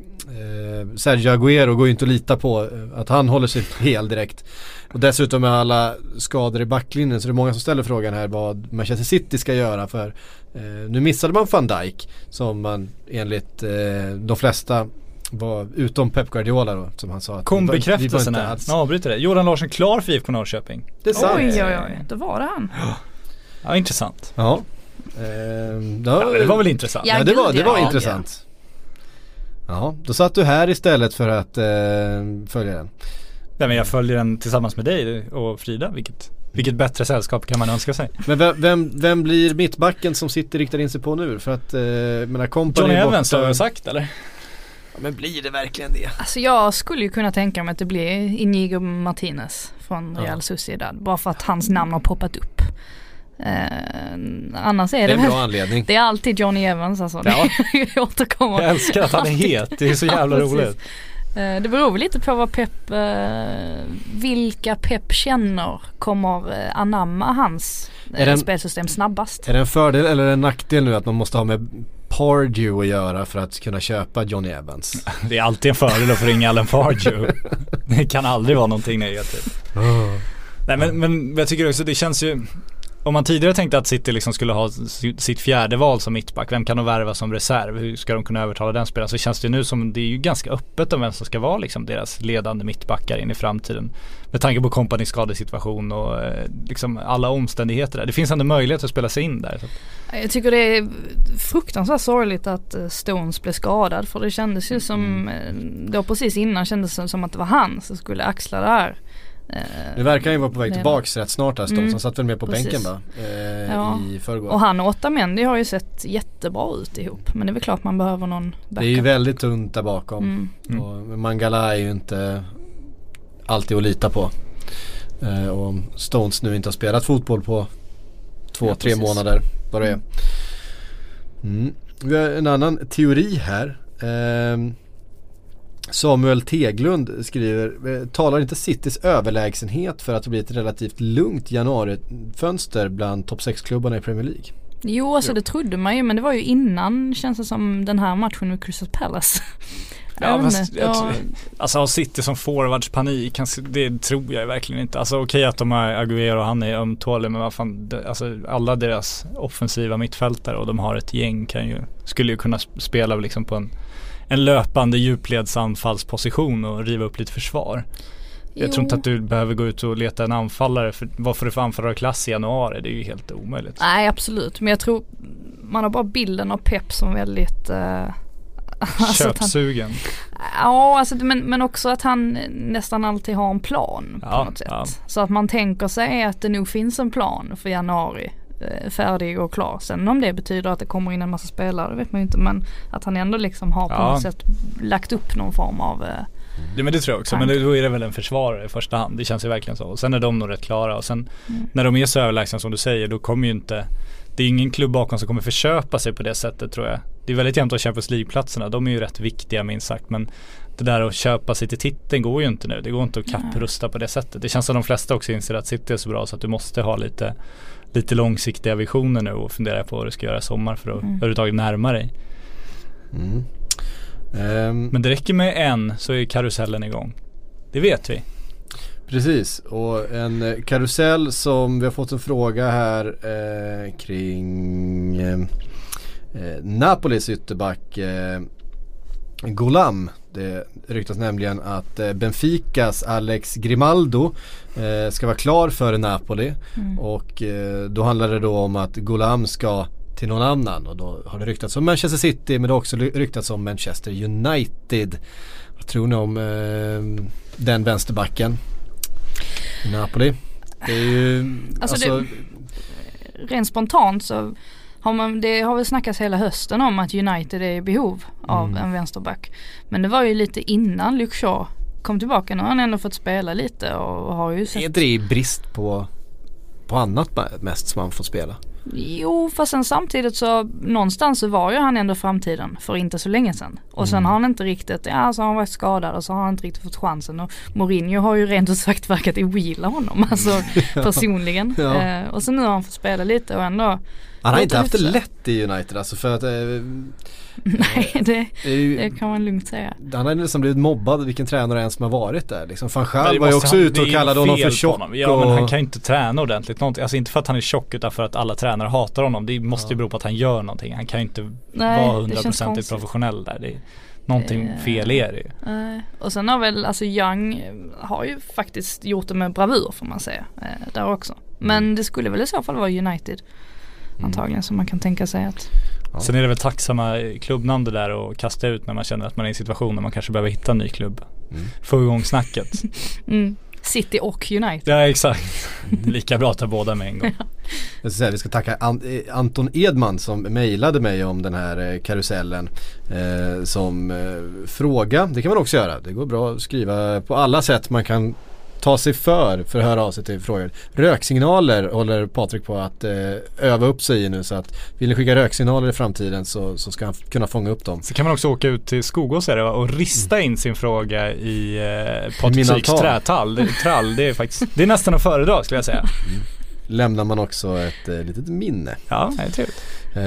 uh, Sergio Aguero går ju inte att lita på uh, att han håller sig hel direkt. Och dessutom med alla skador i backlinjen så det är många som ställer frågan här vad Manchester City ska göra för uh, nu missade man Van Dijk som man enligt uh, de flesta var utom Pep Guardiola då, som han sa att kom bekräftelsen här. Ja, avbryter det. Jordan Larsson klar för I F K Norrköping. Det är sant. Oj, oj, oj. Det var det han. Ja, intressant. Ja. Ehm, då, ja, det var väl intressant. Ja, det var, det var ja, intressant. Ja, då satt du här istället för att eh, följa den. Nej, men jag följer den tillsammans med dig och Frida, vilket Vilket bättre sällskap kan man önska sig. Men vem, vem, vem blir mittbacken som City riktar in sig på nu? För att, eh, menar, Company Johnny Evans har jag sagt, eller? Ja, men blir det verkligen det? Alltså jag skulle ju kunna tänka mig att det blir Inigo Martinez från Real ja. Sociedad. Bara för att hans namn har poppat upp. Eh, annars är det, det är en väl, bra anledning. Det är alltid Johnny Evans alltså. Ja. jag återkommer. Jag älskar att han är het. Det är så jävla ja, roligt. Det beror väl lite på vad Pep, eh, vilka Pep känner kommer eh, anamma hans eh, en, spelsystem snabbast. Är det en fördel eller en nackdel nu att man måste ha med Pardew att göra för att kunna köpa Johnny Evans? Det är alltid en fördel att få ringa Alan Pardew. Det kan aldrig vara någonting negativt. Oh. Nej, men, men jag tycker också det känns ju, om man tidigare tänkte att City liksom skulle ha sitt fjärde val som mittback, vem kan de värva som reserv? Hur ska de kunna övertala den spelaren? Så känns det nu som det är ju ganska öppet om vem som ska vara liksom deras ledande mittbackar in i framtiden. Med tanke på Companys skadesituation och eh, liksom alla omständigheter där. Det finns ändå möjlighet att spela sig in där. Så. Jag tycker det är fruktansvärt sorgligt att Stones blev skadad, för det kändes ju som, då precis innan kändes det som att det var han som skulle axla det här. Det verkar ju vara på väg tillbaks rätt snart här, mm. som satt väl med på Precis. bänken va? Eh, ja. I förrgår. Och han och Otamendi har ju sett jättebra ut ihop, men det är väl klart man behöver någon backup. Det är ju väldigt tunt där bakom. Mm. Mm. Och Mangala är ju inte alltid att lita på. Eh, och om Stones nu inte har spelat fotboll på två, ja, tre månader, vad det är. Mm. Vi har en annan teori här. Eh, Samuel Teglund skriver, talar inte Citys överlägsenhet för att det blir ett relativt lugnt januarifönster bland topp sex-klubbarna i Premier League? Jo, alltså det trodde man ju, men det var ju innan, känns det som, den här matchen med Crystal Palace. Ja, Jag fast, jag, jag, alltså ha City som forwards panik, det tror jag verkligen inte. Alltså okej okay, att de har Aguero och han är ömtålig, men vad fan, det, alltså, alla deras offensiva mittfältare och de har ett gäng kan ju, skulle ju kunna spela liksom på en, en löpande djupledsanfallsposition och riva upp lite försvar. Jag jo. tror inte att du behöver gå ut och leta en anfallare, för vad får du för anfallarklass i januari? Det är ju helt omöjligt. Nej, absolut, men jag tror man har bara bilden av Pep som väldigt uh, alltså köpsugen. Han, ja, alltså, men, men också att han nästan alltid har en plan på ja, något sätt. Ja. Så att man tänker sig att det nog finns en plan för januari, eh, färdig och klar. Sen om det betyder att det kommer in en massa spelare, det vet man ju inte, men att han ändå liksom har på ja. något sätt lagt upp någon form av eh, det, men det tror jag också, tank. Men då är det väl en försvarare i första hand, det känns ju verkligen så. Och sen är de nog rätt klara, och sen mm. när de är så överlägsna som du säger, då kommer ju inte, det är ingen klubb bakom som kommer förköpa sig på det sättet, tror jag. Det är väldigt jämnt att Champions League-platserna, de är ju rätt viktiga minst sagt, men det där att köpa sig till titeln går ju inte nu. Det går inte att kapprusta på det sättet. Det känns som de flesta också inser att City är så bra så att du måste ha lite, lite långsiktiga visioner nu och fundera på vad du ska göra i sommar för att mm. överhuvudtaget närma dig. Mm. Um, Men det räcker med en så är karusellen igång. Det vet vi. Precis, och en karusell som vi har fått en fråga här eh, kring eh, Napolis ytterback eh, Golam. Det ryktas nämligen att eh, Benficas Alex Grimaldo eh, ska vara klar för Napoli mm. och eh, då handlar det då om att Golam ska till någon annan, och då har det ryktats om Manchester City, men det har också ryktats om Manchester United. Vad tror ni om eh, den vänsterbacken i Napoli? Det är ju alltså, alltså det, rent spontant så har man, det har väl snackats hela hösten om att United är i behov av mm. en vänsterback, men det var ju lite innan Luke Shaw kom tillbaka. Nu har han ändå fått spela lite och har ju sett... Är det brist på på annat mest som han får spela? Jo, fast sen samtidigt så någonstans så var ju han ändå framtiden för inte så länge sedan. Och sen mm. har han inte riktigt, ja så har han varit skadad och så har han inte riktigt fått chansen. Och Mourinho har ju rent ut sagt verkat i wheela honom, alltså personligen. ja. eh, och så nu har han fått spela lite och ändå... Han har inte haft det lätt i United alltså, för att... Eh, Nej, det, ju, det kan man lugnt säga. Han har nästan blivit mobbad, vilken tränare än som har varit där. Liksom. Van Gaal var ju också ute och kallade honom för tjock. Ja, men han kan inte träna ordentligt. Alltså inte för att han är tjock, utan för att alla tränare hatar honom. Det måste ju bero på att han gör någonting. Han kan ju inte Nej, vara hundra procent professionell där. Det är någonting eh, fel är det ju. Eh, och sen har väl, alltså Young har ju faktiskt gjort det med bravur får man säga. Eh, där också. Men mm. det skulle väl i så fall vara United. Antagligen mm. som man kan tänka sig att... Ja. Sen är det väl tacksamma klubbnamn det där och kasta ut när man känner att man är i en situation där man kanske behöver hitta en ny klubb. Mm. Få igång snacket. mm. City och United. Ja, exakt. Lika bra att ta båda med en gång. Jag ska säga, vi ska tacka Anton Edman som mejlade mig om den här karusellen eh, som eh, fråga. Det kan man också göra. Det går bra att skriva på alla sätt man kan ta sig för för att höra av sig till frågor. Röksignaler håller Patrik på att eh, öva upp sig i nu, så att vill ni skicka röksignaler i framtiden så, så ska han f- kunna fånga upp dem. Så kan man också åka ut till Skogås är det, va? Och rista in sin fråga i eh, Patrik trätall. Det, trall, det är faktiskt det är nästan att föredra skulle jag säga. Mm. Lämnar man också ett eh, litet minne. Ja, det är trevligt.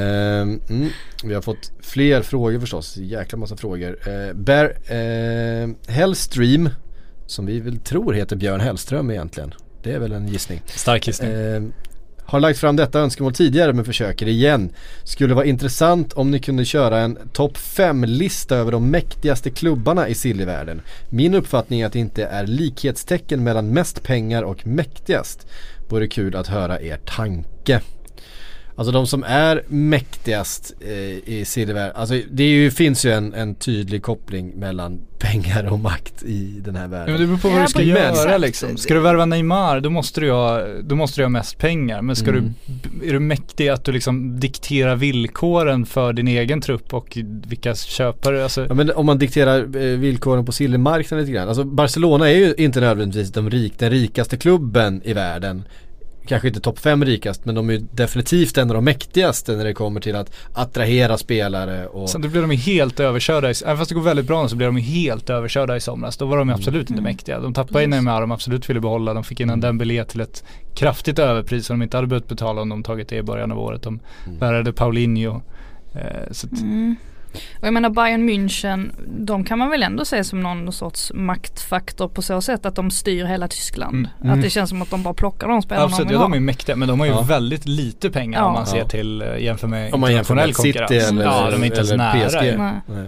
Eh, mm, vi har fått fler frågor förstås, jäkla massa frågor. Eh, Bear eh, Hellstream, som vi väl tror heter Björn Hellström egentligen. Det är väl en gissning. Stark gissning. Eh, har lagt fram detta önskemål tidigare men försöker igen. Skulle vara intressant om ni kunde köra en topp fem-lista över de mäktigaste klubbarna i sillivärlden. Min uppfattning är att det inte är likhetstecken mellan mest pengar och mäktigast. Vore kul att höra er tanke. Alltså de som är mäktigast eh, i sillivärlden, alltså det är ju, finns ju en, en tydlig koppling mellan pengar och makt i den här världen. Ja, det beror på vad ja, du ska göra liksom. Ska du värva Neymar, då måste du ha, då måste du ha mest pengar. Men ska mm. du, är du mäktig att du liksom dikterar villkoren för din egen trupp och vilka köpare? Alltså... Ja, men om man dikterar eh, villkoren på silvermarknaden lite grann. Alltså Barcelona är ju inte nödvändigtvis de rik, den rikaste klubben i världen. Kanske inte topp fem rikast, men de är definitivt en av de mäktigaste när det kommer till att attrahera spelare. Och... Sen då blir de helt överkörda, i, även fast det går väldigt bra så blir de helt överkörda i somras. Då var de absolut mm. inte mäktiga. De tappade in Neymar, de absolut ville behålla. De fick in en Dembélé till ett kraftigt överpris som de inte hade behövt betala om de tagit det i början av året. De mm. värvade Paulinho. Eh, så att... mm. Och jag menar Bayern München, de kan man väl ändå se som någon sorts maktfaktor på så sätt att de styr hela Tyskland. Mm. Mm. Att det känns som att de bara plockar de spelarna. Absolut, de ja, vill de är ha. mäktiga, men de har ju Ja. väldigt lite pengar Ja. om man ser Ja. till uh, jämför med Om man jämför med internationell City konkurrens. eller, Ja, de är inte ens eller P S G. nära. Nej. Nej.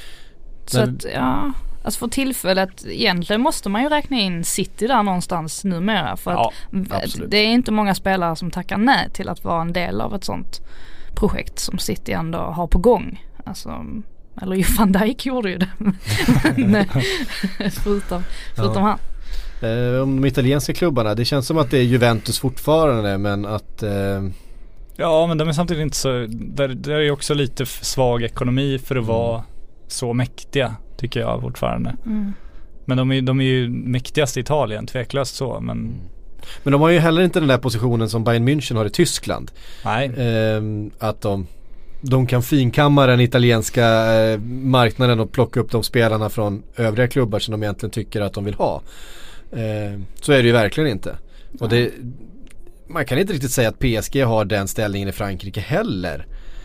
Så Men- att, ja, alltså för tillfället, egentligen måste man ju räkna in City där någonstans numera. För att Ja, v- absolut. det är inte många spelare som tackar nej till att vara en del av ett sånt projekt som City ändå har på gång. Alltså, eller ju Van Dijk gjorde ju det. Men, förutom, förutom han. Eh, om de italienska klubbarna, det känns som att det är Juventus fortfarande, men att eh, Ja, men de är samtidigt inte så, där, där är ju också lite f- svag ekonomi för att vara så mäktiga, tycker jag fortfarande. Mm. Men de är, de är ju mäktigast i Italien, tveklöst så, men men de har ju heller inte den där positionen som Bayern München har i Tyskland. nej. Eh, att de de kan finkamma den italienska eh, marknaden och plocka upp de spelarna från övriga klubbar som de egentligen tycker att de vill ha. Eh, så är det ju verkligen inte. Och det, man kan inte riktigt säga att P S G har den ställningen i Frankrike heller.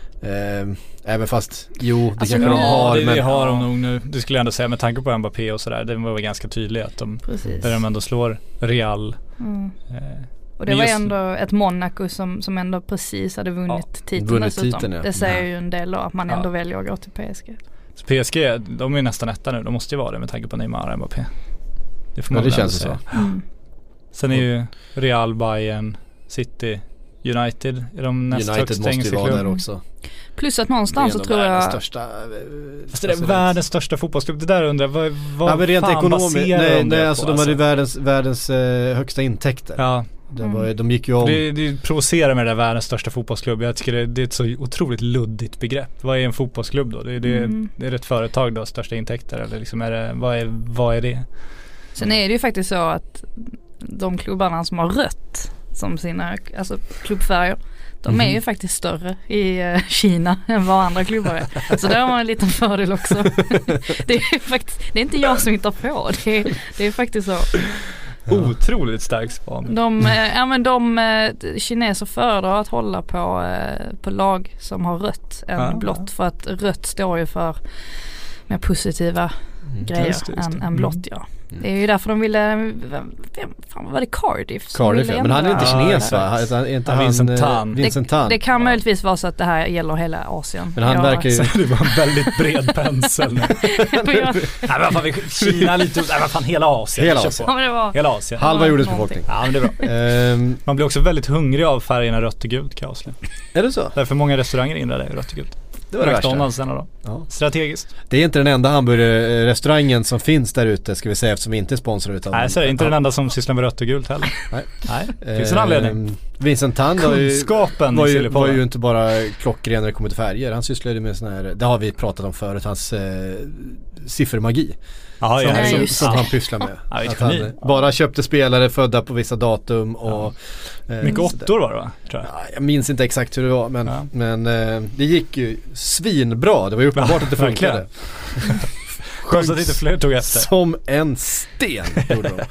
Eh, även fast, jo, det Alltså, kanske de nu- har. det, men, det har de nog nu, det skulle jag ändå säga med tanke på Mbappé och sådär. Det var väl ganska tydligt att de, Precis. där de ändå slår Real. Mm. Eh, Och det Men var just- ändå ett Monaco som, som ändå precis hade vunnit Ja, titeln vunnit dessutom. titeln, ja. Det säger ju en del då att man Ja. ändå väljer att gå till P S G. så P S G, de är nästan etta nu. De måste ju vara det med tanke på Neymar och Mbappé. Det får Ja, man det väl känns ändå så. säga. Mm. Sen är ju Real, Bayern, City, United är de näst United högsta måste ju engelska vara där klubben. också. Plus att någonstans så tror jag... största, eh, Fast det är världens största fotbollsklubb. Det där undrar jag, vad, vad ja, men rent fan ekonomiskt, baserar nej, de det nej på, alltså de hade ju världens, världens eh, högsta intäkter. Ja, Det var, de gick ju om. det, det provocerar med det där världens största fotbollsklubb. Jag tycker det, det är ett så otroligt luddigt begrepp. Vad är en fotbollsklubb då? Det, det, Mm. det är ett företag då, största intäkter eller liksom är det, vad är, vad är det? Sen är det ju faktiskt så att de klubbarna som har rött som sina alltså klubbfärger, de är ju faktiskt större i eh, Kina än vad andra klubbar är. Så där har man en liten fördel också. Det är faktiskt, det är inte jag som hittar på. Det är, det är faktiskt så. Otroligt stark span. De, eh, ja, men de eh, kineser föredrar att hålla på, eh, på lag som har rött än Ja. blått. För att rött står ju för mer positiva grejer Just det, just det. än, än blått, Mm. ja. Det är ju därför de ville, vem, vem fan var det Cardiff som Cardiff, ville ja. Men han är inte Ja, kines va? exakt. Han- Är inte Ja, han, Vincent eh, Tan. Vincent Tan. Det kan möjligtvis vara så att det här gäller hela Asien. Men han Jag- verkar ju... Det var en väldigt bred pensel. Nej jag- men vad fan, vi- Kina lite, nej vad fan hela Asien. Hela Kör Asien. på. Ja, men det var, Hela Asien. Halva Ja, jordens någonting. befolkning. Ja men det är bra. Ehm, Man blir också väldigt hungrig av färgerna rött och gult kan jag avslöja. är det så? Därför många restauranger inredda i rött och gult. Det var det värsta. McDonalds en av dem. Ja. Strategiskt. Det är inte den enda hamburgerrestaurangen som finns där ute, ska vi säga, eftersom vi inte är sponsrade utav Nej så är det inte den enda som sysslar med rött och gult heller. Nej. Nej, finns en anledning. Ehm, Vincent Tan var ju, Kunskapen var, i ju, Silly var ju Power. inte bara klockren när det kommer till färger. Han sysslade med sån här, det har vi pratat om förut, hans eh, siffermagi. Ja, som, ja, Ja, som, just som det. han pysslar med. Ja, vilket Att han geni. bara köpte spelare födda på vissa datum och eh, Mycket sådär. åttor var det va? Tror jag. Ja, jag minns inte exakt hur det var, men, Ja. men eh, det gick ju svinbra. Det var ju uppenbart att det verkligen. funkade. Konstigt att inte fler tog efter. Som en sten gjorde de.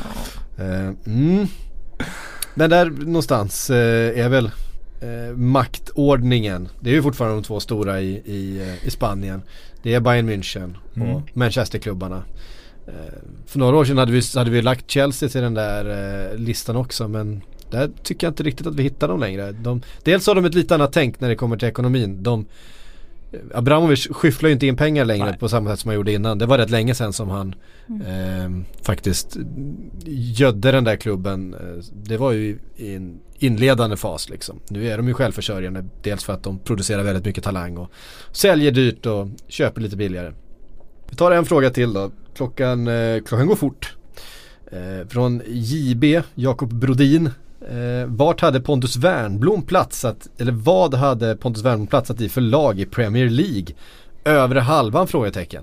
Eh, mm. Men där någonstans eh, är väl eh, maktordningen. Det är ju fortfarande de två stora i, i, eh, i Spanien. Det är Bayern München och Mm. Manchesterklubbarna. Eh, för några år sedan hade vi, hade vi lagt Chelsea till den där eh, listan också, men där tycker jag inte riktigt att vi hittar dem längre. De, dels har de ett lite annat tänk när det kommer till ekonomin. De, Abramovic skyfflar ju inte in pengar längre Nej. på samma sätt som han gjorde innan. Det var rätt länge sedan som han eh, faktiskt gödde den där klubben. Eh, Det var ju i en inledande fas liksom. Nu är de ju självförsörjande, dels för att de producerar väldigt mycket talang och säljer dyrt och köper lite billigare. Vi tar en fråga till då. Klockan, eh, klockan går fort. Eh, från J B, Jakob Brodin. Eh, vart hade Pontus Wernbloom platsat, eller vad hade Pontus Wernbloom platsat i för lag i Premier League? Övre halvan, frågetecken.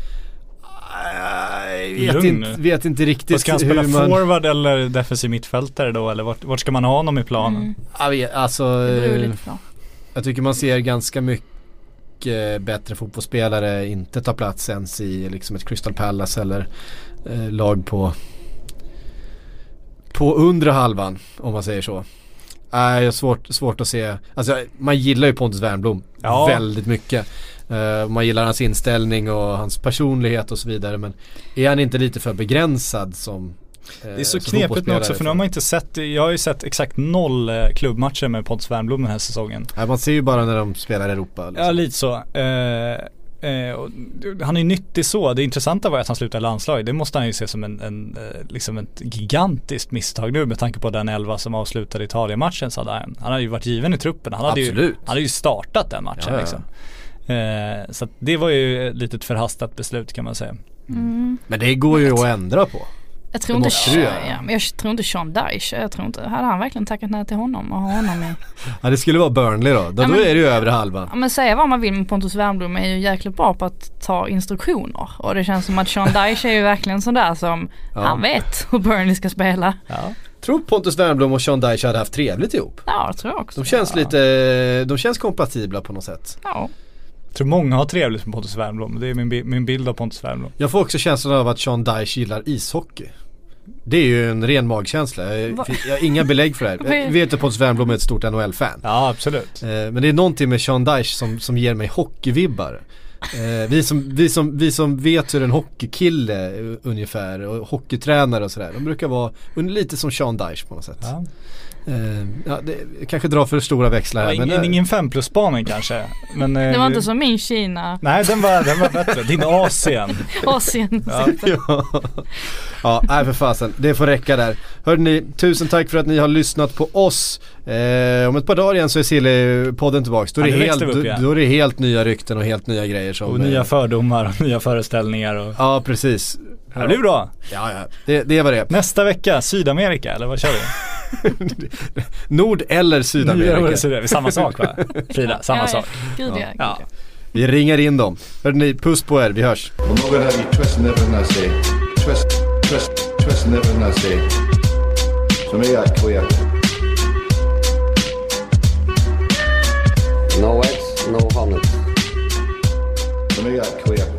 Jag vet, Lugn inte, nu. vet inte riktigt Vad ska han spela, hur man... forward eller defensiv mittfältare då? Eller vart, vart ska man ha honom i planen? Mm. Jag vet, alltså, Det beror ju eh, lite på. jag tycker man ser ganska mycket bättre fotbollsspelare inte ta plats ens i liksom ett Crystal Palace eller eh, lag på på undre halvan, om man säger så. Nej, äh, svårt, svårt att se. Alltså, man gillar ju Pontus Wernbloom ja. väldigt mycket. Uh, man gillar hans inställning och hans personlighet och så vidare. Men är han inte lite för begränsad som... Det är så knepigt nu också, för nu har man inte sett, jag har ju sett exakt noll eh, klubbmatcher med Pontus Wernbloom den här säsongen. Ja, man ser ju bara när de spelar i Europa. Liksom. Ja, lite så. Eh, eh, och, han är ju nyttig så. Det intressanta var att han slutade landslag. Det måste han ju se som en, en liksom ett gigantiskt misstag nu med tanke på den elva som avslutade Italien-matchen. Så hade han, han hade ju varit given i truppen. Han hade, ju, han hade ju startat den matchen. Ja, ja. Liksom. Eh, så att det var ju ett litet förhastat beslut kan man säga. Mm. Men det går ju att ändra på. Jag tror inte, ja, men jag tror inte Sean Dyche. Jag tror inte, hade han verkligen tackat nej till honom och ha honom i... Ja, det skulle vara Burnley då. Då, ja, men, då är det ju övre halvan. Ja, men säga vad man vill med Pontus Wernbloom är ju jäkligt bra på att ta instruktioner. Och det känns som att Sean Dyche är ju verkligen sån där som ja. han vet hur Burnley ska spela. Ja. Tror Pontus Wernbloom och Sean Dyche hade haft trevligt ihop? Ja, det tror jag också. De känns ja. lite, de känns kompatibla på något sätt. Ja. Jag tror många har trevligt med Pontus Wernbloom. Det är min, min bild av Pontus Wernbloom. Jag får också känslan av att Sean Dyche gillar ishockey. Det är ju en ren magkänsla. Jag, jag har inga belägg för det här. Jag vet att Pontus Wernbloom är ett stort N H L-fan. Ja, absolut. Men det är någonting med Sean Dyche som, som ger mig hockeyvibbar. Vi som, vi, som, vi som vet hur en hockeykille ungefär och hockeytränare och sådär, de brukar vara lite som Sean Dyche på något sätt. Ja. Uh, ja, det kanske drar för stora växlar här, ja, men ingen fem plus spaning kanske. Men, det var uh, inte som min Kina. Nej, den var, den var bättre. Din Asien. Asien. Ja, ja. ja nej, för fasen. Det får räcka där. Hörde ni, tusen tack för att ni har lyssnat på oss. Eh, om ett par dagar igen så är Silly-podden tillbaka. Då är, ja, det helt, då, då är det helt nya rykten och helt nya grejer. Som, och nya fördomar och nya föreställningar. Och... Ja, precis. Det blir bra. Ja, ja. Det, det var det. Nästa vecka, Sydamerika, eller vad kör vi? Nord eller Sydamerika. Nord eller Sydamerika. Samma sak va? Frida, samma ja, sak. Gud, ja. Ja. Vi ringer in dem. Hörde ni, puss på er, vi hörs. No eggs, no honey. Som är queer.